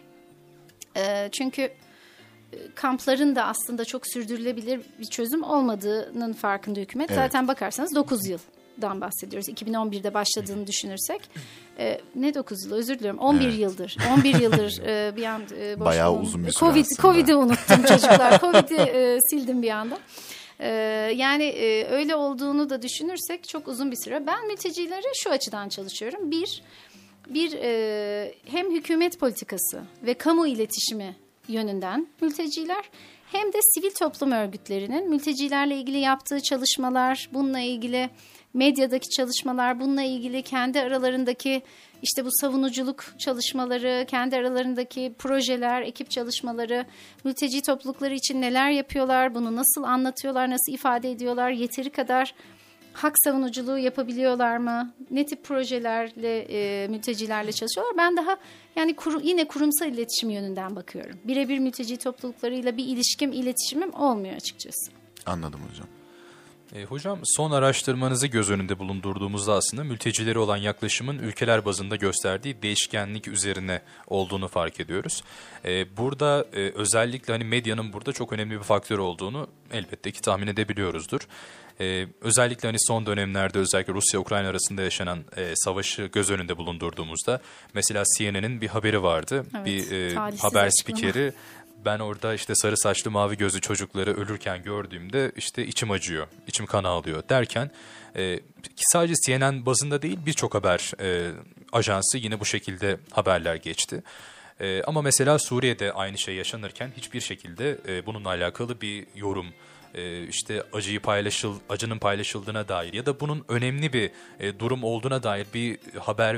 Çünkü kampların da aslında çok sürdürülebilir bir çözüm olmadığının farkında hükümet. Evet. Zaten bakarsanız 9 yıldan bahsediyoruz. 2011'de başladığını düşünürsek. Ne 9 yıl, özür diliyorum. 11 yıldır. 11 yıldır bir an bayağı uzun bir süre aslında. Covid'i unuttum çocuklar. Covid'i sildim bir anda. Yani öyle olduğunu da düşünürsek çok uzun bir süre. Ben mültecilere şu açıdan çalışıyorum. Bir hem hükümet politikası ve kamu iletişimi yönünden mülteciler, hem de sivil toplum örgütlerinin mültecilerle ilgili yaptığı çalışmalar, bununla ilgili medyadaki çalışmalar, bununla ilgili kendi aralarındaki işte bu savunuculuk çalışmaları, kendi aralarındaki projeler, ekip çalışmaları, mülteci toplulukları için neler yapıyorlar, bunu nasıl anlatıyorlar, nasıl ifade ediyorlar, yeteri kadar hak savunuculuğu yapabiliyorlar mı? Ne tip projelerle mültecilerle çalışıyorlar? Ben daha yani yine kurumsal iletişim yönünden bakıyorum. Birebir mülteci topluluklarıyla bir iletişimim olmuyor açıkçası. Anladım hocam. Hocam, son araştırmanızı göz önünde bulundurduğumuzda aslında mültecilere olan yaklaşımın ülkeler bazında gösterdiği değişkenlik üzerine olduğunu fark ediyoruz. Burada özellikle hani medyanın burada çok önemli bir faktör olduğunu elbette ki tahmin edebiliyoruzdur. Özellikle hani son dönemlerde özellikle Rusya-Ukrayna arasında yaşanan savaşı göz önünde bulundurduğumuzda mesela CNN'in bir haberi vardı. Evet, bir haber spikeri, ben orada işte sarı saçlı mavi gözlü çocukları ölürken gördüğümde işte içim acıyor, içim kan ağlıyor derken sadece CNN bazında değil birçok haber ajansı yine bu şekilde haberler geçti. Ama mesela Suriye'de aynı şey yaşanırken hiçbir şekilde bununla alakalı bir yorum, işte acının paylaşıldığına dair ya da bunun önemli bir durum olduğuna dair bir haber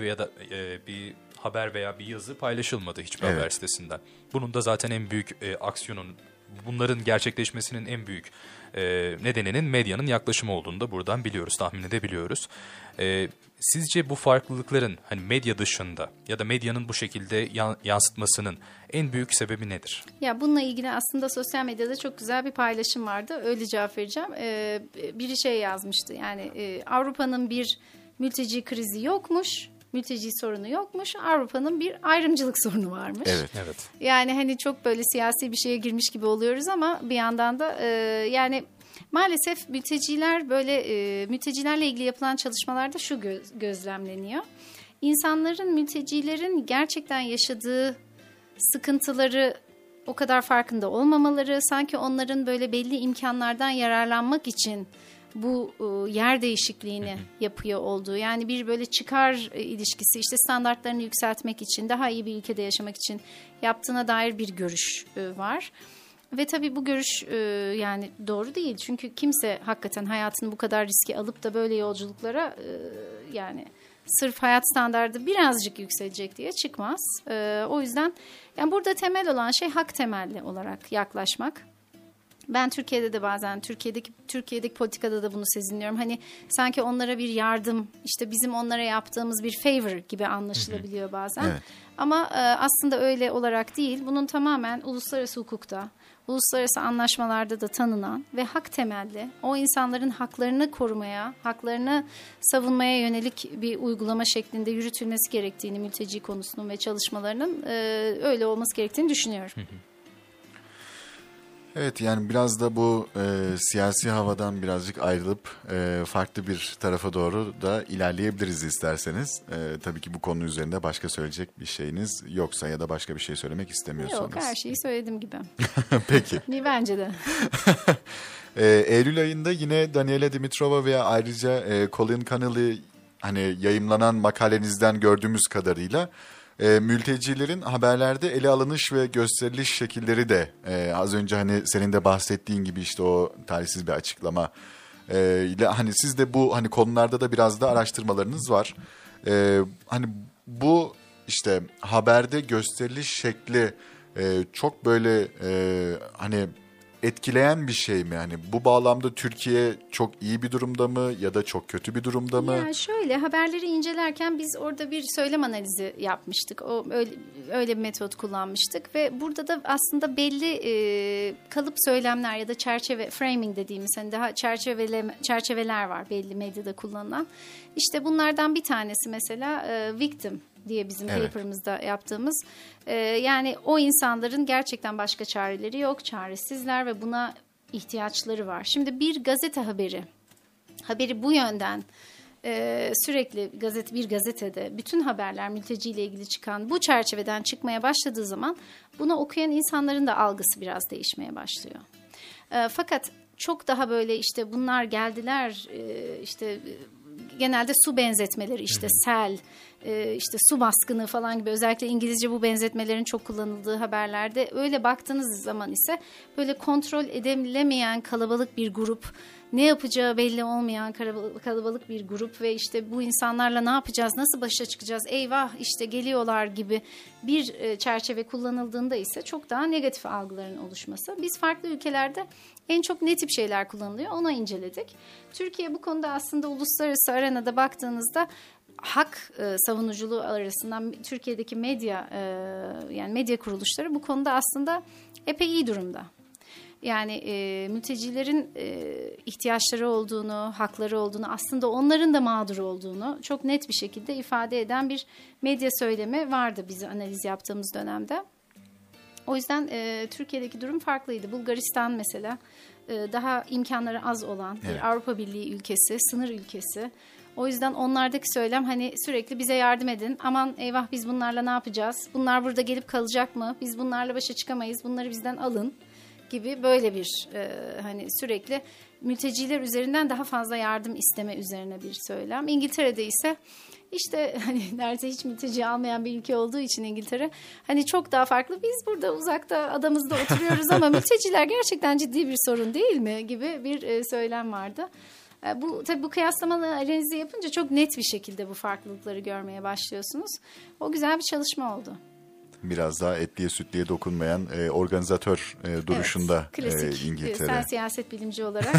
veya bir yazı paylaşılmadı hiçbir haber sitesinden. Bunun da zaten en büyük bunların gerçekleşmesinin en büyük nedeninin medyanın yaklaşımı olduğunu da buradan biliyoruz, tahmin edebiliyoruz. Sizce bu farklılıkların hani medya dışında ya da medyanın bu şekilde yansıtmasının en büyük sebebi nedir? Ya bununla ilgili aslında sosyal medyada çok güzel bir paylaşım vardı. Öyle cevap vereceğim. Biri şey yazmıştı. Yani Avrupa'nın bir mülteci krizi yokmuş. Mülteci sorunu yokmuş. Avrupa'nın bir ayrımcılık sorunu varmış. Evet. Yani hani çok böyle siyasi bir şeye girmiş gibi oluyoruz ama bir yandan da yani maalesef mültecilerle ilgili yapılan çalışmalarda şu gözlemleniyor. Mültecilerin gerçekten yaşadığı sıkıntıları o kadar farkında olmamaları, sanki onların böyle belli imkanlardan yararlanmak için bu yer değişikliğini yapıyor olduğu, yani bir böyle çıkar ilişkisi, işte standartlarını yükseltmek için, daha iyi bir ülkede yaşamak için yaptığına dair bir görüş var. Ve tabii bu görüş yani doğru değil. Çünkü kimse hakikaten hayatını bu kadar riske alıp da böyle yolculuklara yani sırf hayat standardı birazcık yükselecek diye çıkmaz. O yüzden yani burada temel olan şey hak temelli olarak yaklaşmak. Ben Türkiye'de de bazen Türkiye'deki politikada da bunu sezinliyorum. Hani sanki onlara bir yardım, işte bizim onlara yaptığımız bir favor gibi anlaşılabiliyor bazen. Evet. Ama aslında öyle olarak değil. Bunun tamamen uluslararası hukukta, uluslararası anlaşmalarda da tanınan ve hak temelli, o insanların haklarını korumaya, haklarını savunmaya yönelik bir uygulama şeklinde yürütülmesi gerektiğini, mülteci konusunun ve çalışmalarının öyle olması gerektiğini düşünüyorum. Evet, yani biraz da bu siyasi havadan birazcık ayrılıp farklı bir tarafa doğru da ilerleyebiliriz isterseniz. Tabii ki bu konu üzerinde başka söyleyecek bir şeyiniz yoksa ya da başka bir şey söylemek istemiyorsanız. Yok, her şeyi söyledim gibi. Peki. Bence de. Eylül ayında yine Daniela Dimitrova ve ayrıca Colin Connolly hani yayımlanan makalenizden gördüğümüz kadarıyla mültecilerin haberlerde ele alınış ve gösteriliş şekilleri de az önce hani senin de bahsettiğin gibi işte o talihsiz bir açıklama ile hani siz de bu hani konularda da biraz da araştırmalarınız var. Hani bu işte haberde gösteriliş şekli çok böyle hani etkileyen bir şey mi? Yani bu bağlamda Türkiye çok iyi bir durumda mı ya da çok kötü bir durumda mı? Yani şöyle, haberleri incelerken biz orada bir söylem analizi yapmıştık. Öyle bir metot kullanmıştık ve burada da aslında belli kalıp söylemler ya da çerçeve, framing dediğimiz hani daha çerçeveler var belli medyada kullanılan. İşte bunlardan bir tanesi mesela victim diye bizim paper'ımızda yaptığımız. Yani o insanların gerçekten başka çareleri yok, çaresizler ve buna ihtiyaçları var. Şimdi bir gazete haberi bu yönden sürekli bir gazetede bütün haberler mülteciyle ilgili çıkan bu çerçeveden çıkmaya başladığı zaman bunu okuyan insanların da algısı biraz değişmeye başlıyor. Fakat çok daha böyle işte bunlar geldiler işte genelde su benzetmeleri işte sel, işte su baskını falan gibi özellikle İngilizce bu benzetmelerin çok kullanıldığı haberlerde öyle baktığınız zaman ise böyle kontrol edilemeyen kalabalık bir grup, ne yapacağı belli olmayan kalabalık bir grup ve işte bu insanlarla ne yapacağız, nasıl başa çıkacağız, eyvah işte geliyorlar gibi bir çerçeve kullanıldığında ise çok daha negatif algıların oluşması. Biz farklı ülkelerde en çok ne tip şeyler kullanılıyor onu inceledik. Türkiye bu konuda aslında uluslararası arenada baktığınızda hak savunuculuğu arasından Türkiye'deki medya yani medya kuruluşları bu konuda aslında epey iyi durumda. Yani mültecilerin ihtiyaçları olduğunu, hakları olduğunu, aslında onların da mağdur olduğunu çok net bir şekilde ifade eden bir medya söylemi vardı bizi analiz yaptığımız dönemde. O yüzden Türkiye'deki durum farklıydı. Bulgaristan mesela daha imkanları az olan bir Avrupa Birliği ülkesi, sınır ülkesi. O yüzden onlardaki söylem hani sürekli bize yardım edin. Aman eyvah biz bunlarla ne yapacağız? Bunlar burada gelip kalacak mı? Biz bunlarla başa çıkamayız. Bunları bizden alın gibi böyle bir hani sürekli mülteciler üzerinden daha fazla yardım isteme üzerine bir söylem. İngiltere'de ise işte hani neredeyse hiç mülteci almayan bir ülke olduğu için İngiltere hani çok daha farklı. Biz burada uzakta adamızda oturuyoruz ama mülteciler gerçekten ciddi bir sorun değil mi gibi bir söylem vardı. Tabii bu kıyaslamalı analizi yapınca çok net bir şekilde bu farklılıkları görmeye başlıyorsunuz. O güzel bir çalışma oldu. Biraz daha etliye sütliye dokunmayan organizatör duruşunda klasik, İngiltere. Sen siyaset bilimci olarak.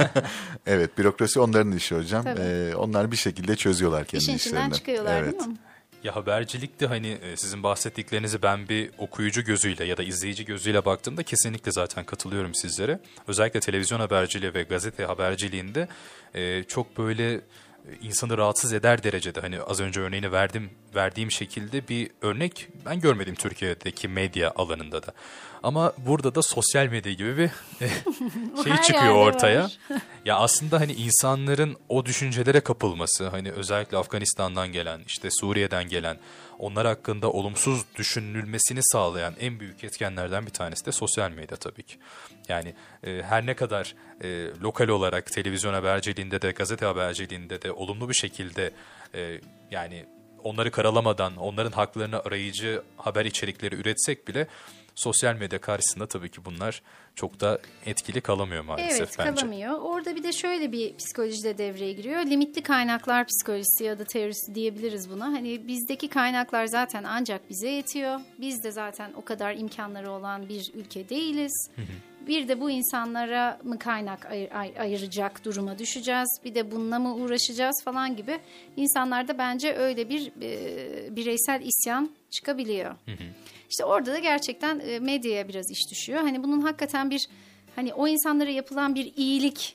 Evet, bürokrasi onların işi hocam. Onlar bir şekilde çözüyorlar kendi işlerini. İşin içinden çıkıyorlar değil mi? Ya habercilikte hani sizin bahsettiklerinizi ben bir okuyucu gözüyle ya da izleyici gözüyle baktığımda kesinlikle zaten katılıyorum sizlere. Özellikle televizyon haberciliği ve gazete haberciliğinde çok böyle insanı rahatsız eder derecede hani az önce örneğini verdiğim şekilde bir örnek ben görmedim Türkiye'deki medya alanında da. Ama burada da sosyal medya gibi bir şey çıkıyor ortaya. Ya aslında hani insanların o düşüncelere kapılması, hani özellikle Afganistan'dan gelen, işte Suriye'den gelen, onlar hakkında olumsuz düşünülmesini sağlayan en büyük etkenlerden bir tanesi de sosyal medya tabii ki. Yani her ne kadar lokal olarak televizyon haberciliğinde de, gazete haberciliğinde de olumlu bir şekilde yani onları karalamadan, onların haklarını arayıcı haber içerikleri üretsek bile sosyal medya karşısında tabii ki bunlar çok da etkili kalamıyor maalesef bence. Evet, kalamıyor. Orada bir de şöyle bir psikoloji de devreye giriyor. Limitli kaynaklar psikolojisi ya da teorisi diyebiliriz buna. Hani bizdeki kaynaklar zaten ancak bize yetiyor. Biz de zaten o kadar imkanları olan bir ülke değiliz. Bir de bu insanlara mı kaynak ayıracak duruma düşeceğiz? Bir de bununla mı uğraşacağız falan gibi. İnsanlarda bence öyle bir bireysel isyan çıkabiliyor. İşte orada da gerçekten medyaya biraz iş düşüyor. Hani bunun hakikaten bir hani o insanlara yapılan bir iyilik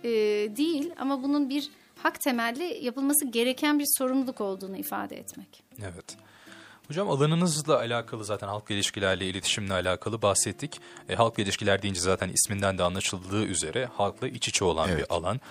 değil ama bunun bir hak temelli yapılması gereken bir sorumluluk olduğunu ifade etmek. Evet. Hocam alanınızla alakalı zaten halkla ilişkilerle, iletişimle alakalı bahsettik. Halkla ilişkiler deyince zaten isminden de anlaşıldığı üzere halkla iç içe olan bir alan.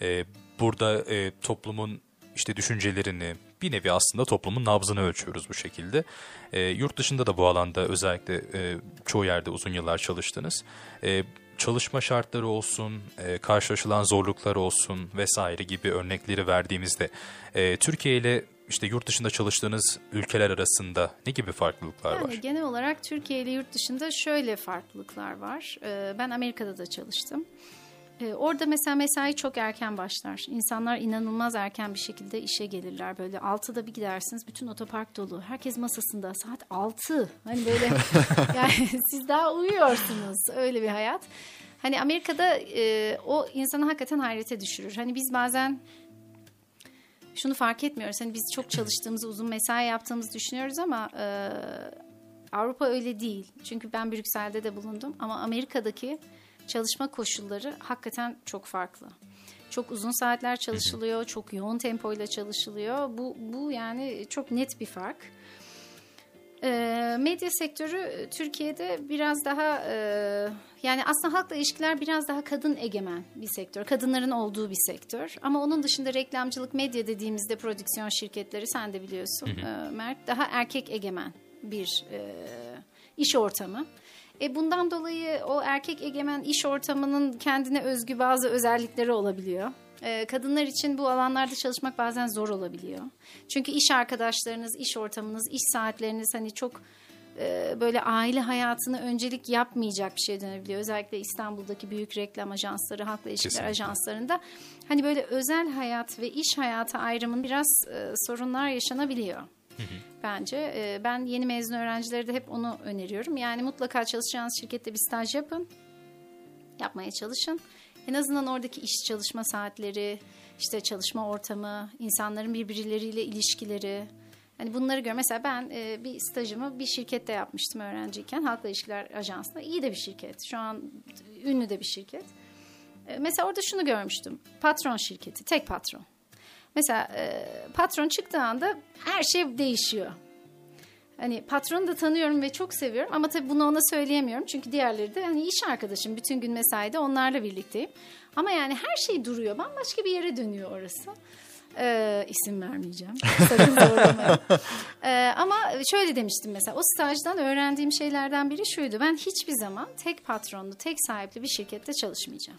Burada toplumun işte düşüncelerini, bir nevi aslında toplumun nabzını ölçüyoruz bu şekilde. Yurt dışında da bu alanda özellikle çoğu yerde uzun yıllar çalıştınız. Çalışma şartları olsun, karşılaşılan zorluklar olsun vesaire gibi örnekleri verdiğimizde Türkiye ile işte yurt dışında çalıştığınız ülkeler arasında ne gibi farklılıklar var? Genel olarak Türkiye ile yurt dışında şöyle farklılıklar var. Ben Amerika'da da çalıştım. Orada mesela mesai çok erken başlar. İnsanlar inanılmaz erken bir şekilde işe gelirler. Böyle 6'da bir gidersiniz, bütün otopark dolu. Herkes masasında, saat 6. Hani böyle yani siz daha uyuyorsunuz. Öyle bir hayat. Hani Amerika'da o insanı hakikaten hayrete düşürür. Hani biz bazen şunu fark etmiyoruz. Hani biz çok çalıştığımızı, uzun mesai yaptığımızı düşünüyoruz ama Avrupa öyle değil. Çünkü ben Brüksel'de de bulundum ama Amerika'daki çalışma koşulları hakikaten çok farklı. Çok uzun saatler çalışılıyor, çok yoğun tempoyla çalışılıyor. Bu yani çok net bir fark. Medya sektörü Türkiye'de biraz daha yani aslında halkla ilişkiler biraz daha kadın egemen bir sektör. Kadınların olduğu bir sektör. Ama onun dışında reklamcılık, medya dediğimizde prodüksiyon şirketleri sen de biliyorsun Mert, daha erkek egemen bir iş ortamı. Bundan dolayı o erkek egemen iş ortamının kendine özgü bazı özellikleri olabiliyor. Kadınlar için bu alanlarda çalışmak bazen zor olabiliyor. Çünkü iş arkadaşlarınız, iş ortamınız, iş saatleriniz hani çok böyle aile hayatını öncelik yapmayacak bir şeye dönebiliyor. Özellikle İstanbul'daki büyük reklam ajansları, halkla ilişkiler ajanslarında hani böyle özel hayat ve iş hayatı ayrımının biraz sorunlar yaşanabiliyor. Bence ben yeni mezun öğrencilere de hep onu öneriyorum. Yani mutlaka çalışacağınız şirkette bir staj yapın. Yapmaya çalışın. En azından oradaki iş çalışma saatleri, işte çalışma ortamı, insanların birbirleriyle ilişkileri. Hani bunları gör. Mesela ben bir stajımı bir şirkette yapmıştım öğrenciyken. Halkla İlişkiler Ajansı'nda. İyi de bir şirket. Şu an ünlü de bir şirket. Mesela orada şunu görmüştüm. Patron şirketi, tek patron. Mesela patron çıktığı anda her şey değişiyor. Hani patronu da tanıyorum ve çok seviyorum ama tabii bunu ona söyleyemiyorum. Çünkü diğerleri de hani iş arkadaşım. Bütün gün mesaide onlarla birlikteyim. Ama yani her şey duruyor. Bambaşka bir yere dönüyor orası. İsim vermeyeceğim. Sakın zorlamayın. Ama şöyle demiştim mesela. O stajdan öğrendiğim şeylerden biri şuydu. Ben hiçbir zaman tek patronlu, tek sahipli bir şirkette çalışmayacağım.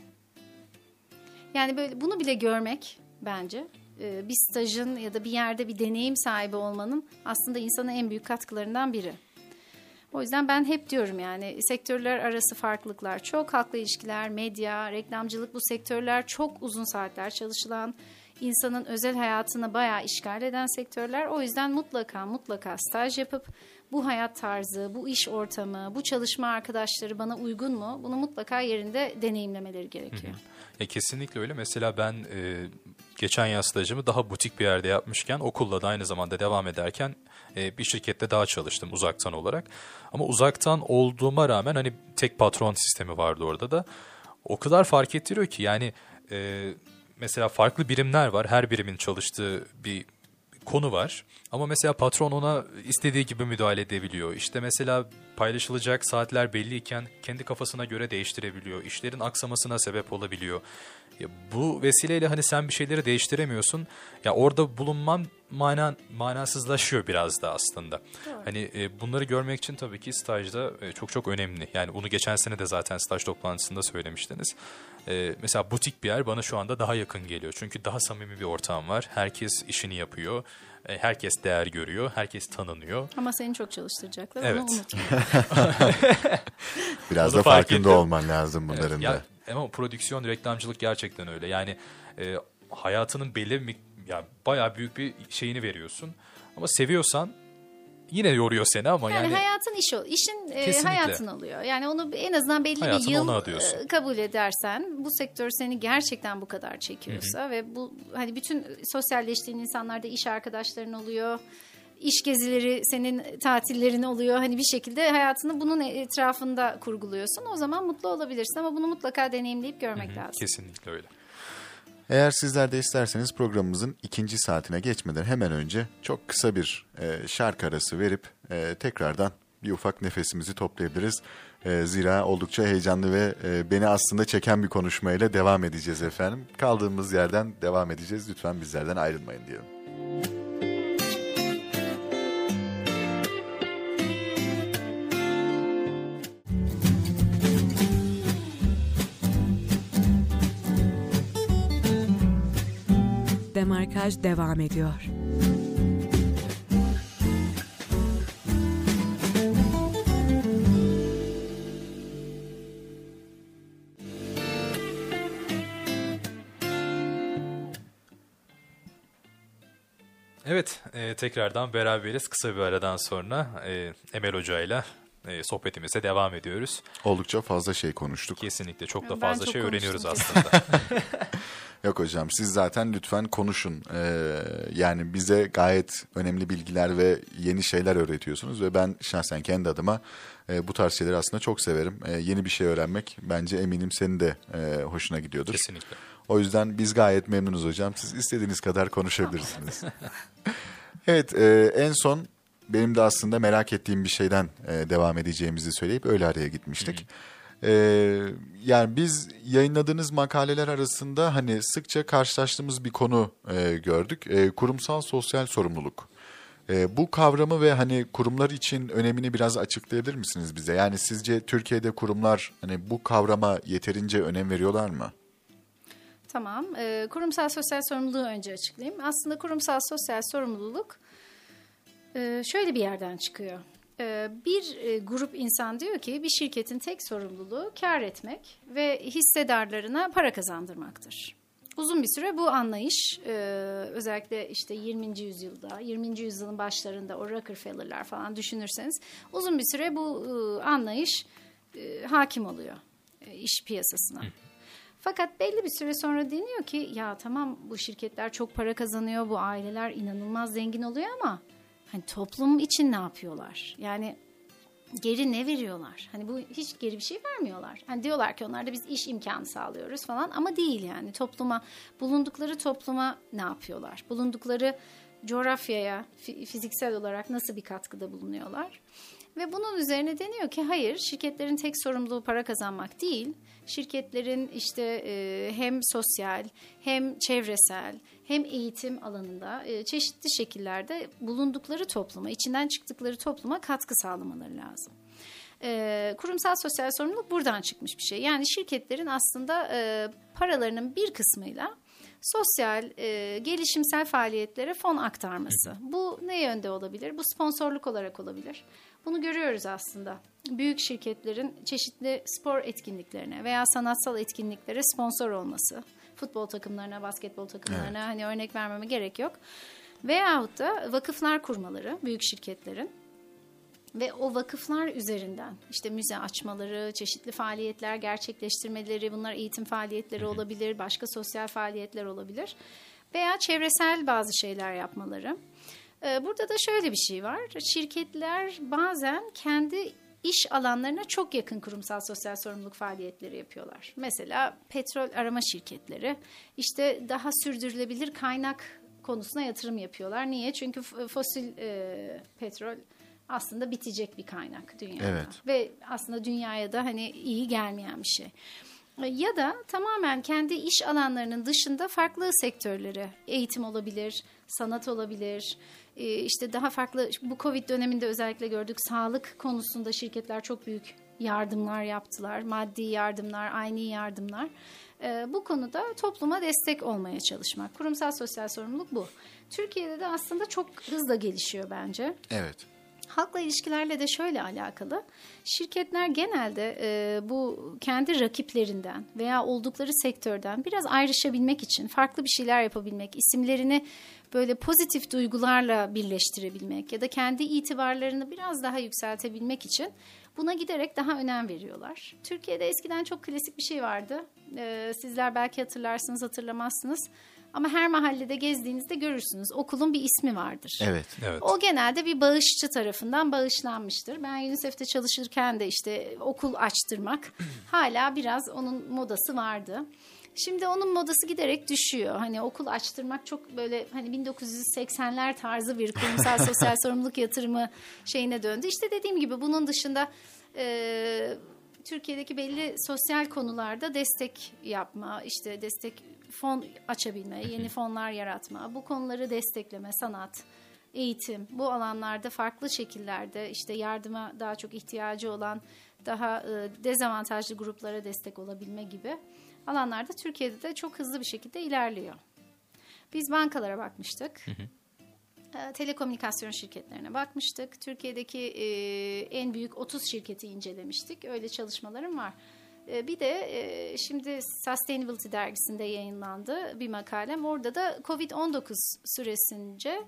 Yani böyle bunu bile görmek bence bir stajın ya da bir yerde bir deneyim sahibi olmanın aslında insana en büyük katkılarından biri. O yüzden ben hep diyorum yani sektörler arası farklılıklar çok. Halkla ilişkiler, medya, reklamcılık bu sektörler çok uzun saatler çalışılan, insanın özel hayatını bayağı işgal eden sektörler. O yüzden mutlaka staj yapıp bu hayat tarzı, bu iş ortamı, bu çalışma arkadaşları bana uygun mu? Bunu mutlaka yerinde deneyimlemeleri gerekiyor. Kesinlikle öyle. Mesela ben geçen yaz stajımı daha butik bir yerde yapmışken okulla da aynı zamanda devam ederken bir şirkette daha çalıştım uzaktan olarak. Ama uzaktan olduğuma rağmen hani tek patron sistemi vardı orada da. O kadar fark ettiriyor ki yani mesela farklı birimler var. Her birimin çalıştığı bir konu var. Ama mesela patron ona istediği gibi müdahale edebiliyor. İşte mesela paylaşılacak saatler belliyken kendi kafasına göre değiştirebiliyor. İşlerin aksamasına sebep olabiliyor. Ya bu vesileyle hani sen bir şeyleri değiştiremiyorsun. Ya orada bulunman manasızlaşıyor biraz da aslında. Doğru. Hani bunları görmek için tabii ki stajda çok önemli. Yani bunu geçen sene de zaten staj toplantısında söylemiştiniz. Mesela butik bir yer bana şu anda daha yakın geliyor. Çünkü daha samimi bir ortam var. Herkes işini yapıyor. Herkes değer görüyor. Herkes tanınıyor. Ama seni çok çalıştıracaklar. Evet. Onu unutma. Biraz da farkında olman lazım bunların da. Ama prodüksiyon, reklamcılık gerçekten öyle. Yani hayatının belli bir, yani bayağı büyük bir şeyini veriyorsun. Ama seviyorsan yine yoruyor seni ama yani hayatın iş o. İşin hayatın oluyor. Yani onu en azından belli hayatın bir yıl kabul edersen, bu sektör seni gerçekten bu kadar çekiyorsa ve bu hani bütün sosyalleştiğin insanlarda iş arkadaşların oluyor. İş gezileri senin tatillerin oluyor. Hani bir şekilde hayatını bunun etrafında kurguluyorsun. O zaman mutlu olabilirsin ama bunu mutlaka deneyimleyip görmek lazım. Kesinlikle öyle. Eğer sizler de isterseniz programımızın 2. saatine geçmeden hemen önce çok kısa bir şarkı arası verip tekrardan bir ufak nefesimizi toplayabiliriz. Zira oldukça heyecanlı ve beni aslında çeken bir konuşmayla devam edeceğiz efendim. Kaldığımız yerden devam edeceğiz. Lütfen bizlerden ayrılmayın diyelim. Demarkaj devam ediyor. Evet, tekrardan beraberiz. Kısa bir aradan sonra Emel Hoca'yla sohbetimize devam ediyoruz. Oldukça fazla şey konuştuk. Kesinlikle çok da Ben fazla çok şey öğreniyoruz konuştum aslında. Yok hocam, siz zaten lütfen konuşun. Yani bize gayet önemli bilgiler ve yeni şeyler öğretiyorsunuz ve ben şahsen kendi adıma bu tarz şeyleri aslında çok severim. Yeni bir şey öğrenmek bence eminim senin de hoşuna gidiyordur. Kesinlikle. O yüzden biz gayet memnunuz hocam. Siz istediğiniz kadar konuşabilirsiniz. Evet, en son benim de aslında merak ettiğim bir şeyden devam edeceğimizi söyleyip öyle araya gitmiştik. Yani biz yayınladığınız makaleler arasında hani sıkça karşılaştığımız bir konu gördük. Kurumsal sosyal sorumluluk. Bu kavramı ve hani kurumlar için önemini biraz açıklayabilir misiniz bize? Yani sizce Türkiye'de kurumlar hani bu kavrama yeterince önem veriyorlar mı? Tamam. Kurumsal sosyal sorumluluğu önce açıklayayım. Aslında kurumsal sosyal sorumluluk şöyle bir yerden çıkıyor. Bir grup insan diyor ki bir şirketin tek sorumluluğu kar etmek ve hissedarlarına para kazandırmaktır. Uzun bir süre bu anlayış özellikle işte 20. yüzyılda, 20. yüzyılın başlarında o Rockefeller'lar falan düşünürseniz uzun bir süre bu anlayış hakim oluyor iş piyasasına. Fakat belli bir süre sonra deniyor ki ya tamam bu şirketler çok para kazanıyor, bu aileler inanılmaz zengin oluyor ama hani toplum için ne yapıyorlar? Yani geri ne veriyorlar? Hani bu hiç geri bir şey vermiyorlar. Hani diyorlar ki onlar da biz iş imkanı sağlıyoruz falan ama değil yani bulundukları topluma ne yapıyorlar? Bulundukları coğrafyaya fiziksel olarak nasıl bir katkıda bulunuyorlar? Ve bunun üzerine deniyor ki hayır, şirketlerin tek sorumluluğu para kazanmak değil. Şirketlerin işte hem sosyal hem çevresel hem eğitim alanında çeşitli şekillerde bulundukları topluma, içinden çıktıkları topluma katkı sağlamaları lazım. Kurumsal sosyal sorumluluk buradan çıkmış bir şey. Yani şirketlerin aslında paralarının bir kısmıyla sosyal, gelişimsel faaliyetlere fon aktarması. Bu ne yönde olabilir? Bu sponsorluk olarak olabilir. Bunu görüyoruz aslında. Büyük şirketlerin çeşitli spor etkinliklerine veya sanatsal etkinliklere sponsor olması. Futbol takımlarına, basketbol takımlarına hani örnek vermeme gerek yok. Veyahut da vakıflar kurmaları büyük şirketlerin. Ve o vakıflar üzerinden işte müze açmaları, çeşitli faaliyetler gerçekleştirmeleri, bunlar eğitim faaliyetleri olabilir, başka sosyal faaliyetler olabilir. Veya çevresel bazı şeyler yapmaları. Burada da şöyle bir şey var. Şirketler bazen kendi iş alanlarına çok yakın kurumsal sosyal sorumluluk faaliyetleri yapıyorlar. Mesela petrol arama şirketleri işte daha sürdürülebilir kaynak konusuna yatırım yapıyorlar. Niye? Çünkü fosil petrol aslında bitecek bir kaynak dünyada. Evet. Ve aslında dünyaya da hani iyi gelmeyen bir şey. Ya da tamamen kendi iş alanlarının dışında farklı sektörlere, eğitim olabilir, sanat olabilir, işte daha farklı, bu Covid döneminde özellikle gördük, sağlık konusunda şirketler çok büyük yardımlar yaptılar, maddi yardımlar, ayni yardımlar. Bu konuda topluma destek olmaya çalışmak. Kurumsal sosyal sorumluluk bu. Türkiye'de de aslında çok hızla gelişiyor bence. Evet. Halkla ilişkilerle de şöyle alakalı. Şirketler genelde bu kendi rakiplerinden veya oldukları sektörden biraz ayrışabilmek için, farklı bir şeyler yapabilmek, isimlerini böyle pozitif duygularla birleştirebilmek ya da kendi itibarlarını biraz daha yükseltebilmek için buna giderek daha önem veriyorlar. Türkiye'de eskiden çok klasik bir şey vardı. Sizler belki hatırlarsınız, hatırlamazsınız. Ama her mahallede gezdiğinizde görürsünüz. Okulun bir ismi vardır. Evet. O genelde bir bağışçı tarafından bağışlanmıştır. Ben UNICEF'te çalışırken de işte okul açtırmak hala biraz onun modası vardı. Şimdi onun modası giderek düşüyor. Hani okul açtırmak çok böyle hani 1980'ler tarzı bir kurumsal sosyal sorumluluk yatırımı şeyine döndü. İşte dediğim gibi bunun dışında Türkiye'deki belli sosyal konularda destek yapma, işte destek fon açabilme, yeni fonlar yaratma, bu konuları destekleme, sanat, eğitim, bu alanlarda farklı şekillerde işte yardıma daha çok ihtiyacı olan daha dezavantajlı gruplara destek olabilme gibi alanlarda Türkiye'de de çok hızlı bir şekilde ilerliyor. Biz bankalara bakmıştık. Telekomünikasyon şirketlerine bakmıştık. Türkiye'deki en büyük 30 şirketi incelemiştik. Öyle çalışmalarım var. Bir de şimdi Sustainability dergisinde yayınlandı bir makalem. Orada da Covid-19 süresince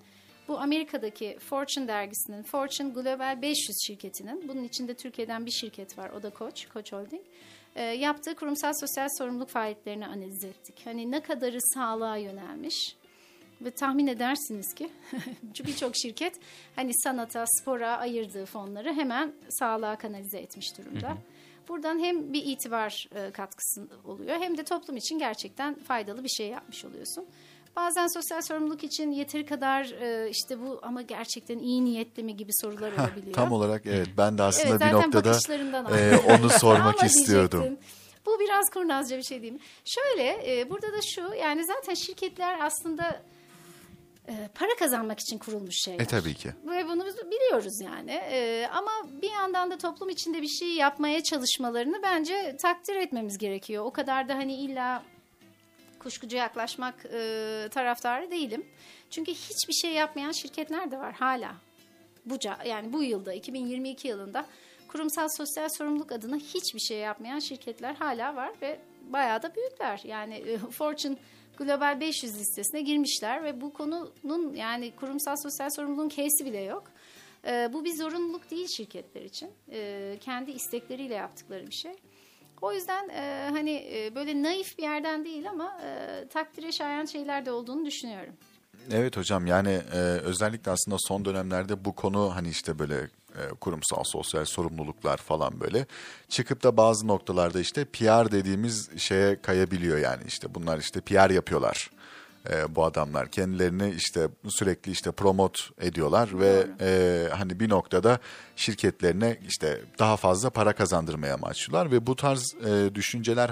Bu Amerika'daki Fortune dergisinin, Fortune Global 500 şirketinin, bunun içinde Türkiye'den bir şirket var, o da Koç Holding, yaptığı kurumsal sosyal sorumluluk faaliyetlerini analiz ettik. Hani ne kadarı sağlığa yönelmiş ve tahmin edersiniz ki birçok şirket hani sanata, spora ayırdığı fonları hemen sağlığa kanalize etmiş durumda. Buradan hem bir itibar katkısı oluyor hem de toplum için gerçekten faydalı bir şey yapmış oluyorsun. Bazen sosyal sorumluluk için yeteri kadar işte bu ama gerçekten iyi niyetli mi gibi sorular olabiliyor. Tam olarak evet, ben de aslında bir zaten noktada bakışlarından onu sormak ama istiyordum. diyecektin. Bu biraz kurnazca bir şey değil mi? Şöyle burada da şu, yani zaten şirketler aslında para kazanmak için kurulmuş şeyler. Tabii ki. Ve bunu biz biliyoruz yani. Ama bir yandan da toplum içinde bir şey yapmaya çalışmalarını bence takdir etmemiz gerekiyor. O kadar da hani illa kuşkucu yaklaşmak taraftarı değilim. Çünkü hiçbir şey yapmayan şirketler de var hala. Yani bu yılda 2022 yılında kurumsal sosyal sorumluluk adına hiçbir şey yapmayan şirketler hala var ve bayağı da büyükler. Yani Fortune Global 500 listesine girmişler ve bu konunun yani kurumsal sosyal sorumluluğun K'si bile yok. Bu bir zorunluluk değil şirketler için. Kendi istekleriyle yaptıkları bir şey. O yüzden hani böyle naif bir yerden değil ama takdire şayan şeyler de olduğunu düşünüyorum. Evet hocam, yani özellikle aslında son dönemlerde bu konu hani işte böyle kurumsal sosyal sorumluluklar falan böyle çıkıp da bazı noktalarda işte PR dediğimiz şeye kayabiliyor. Yani işte bunlar işte PR yapıyorlar. Bu adamlar kendilerini işte sürekli işte promote ediyorlar ve hani bir noktada şirketlerine işte daha fazla para kazandırmaya amaçlıyorlar ve bu tarz düşünceler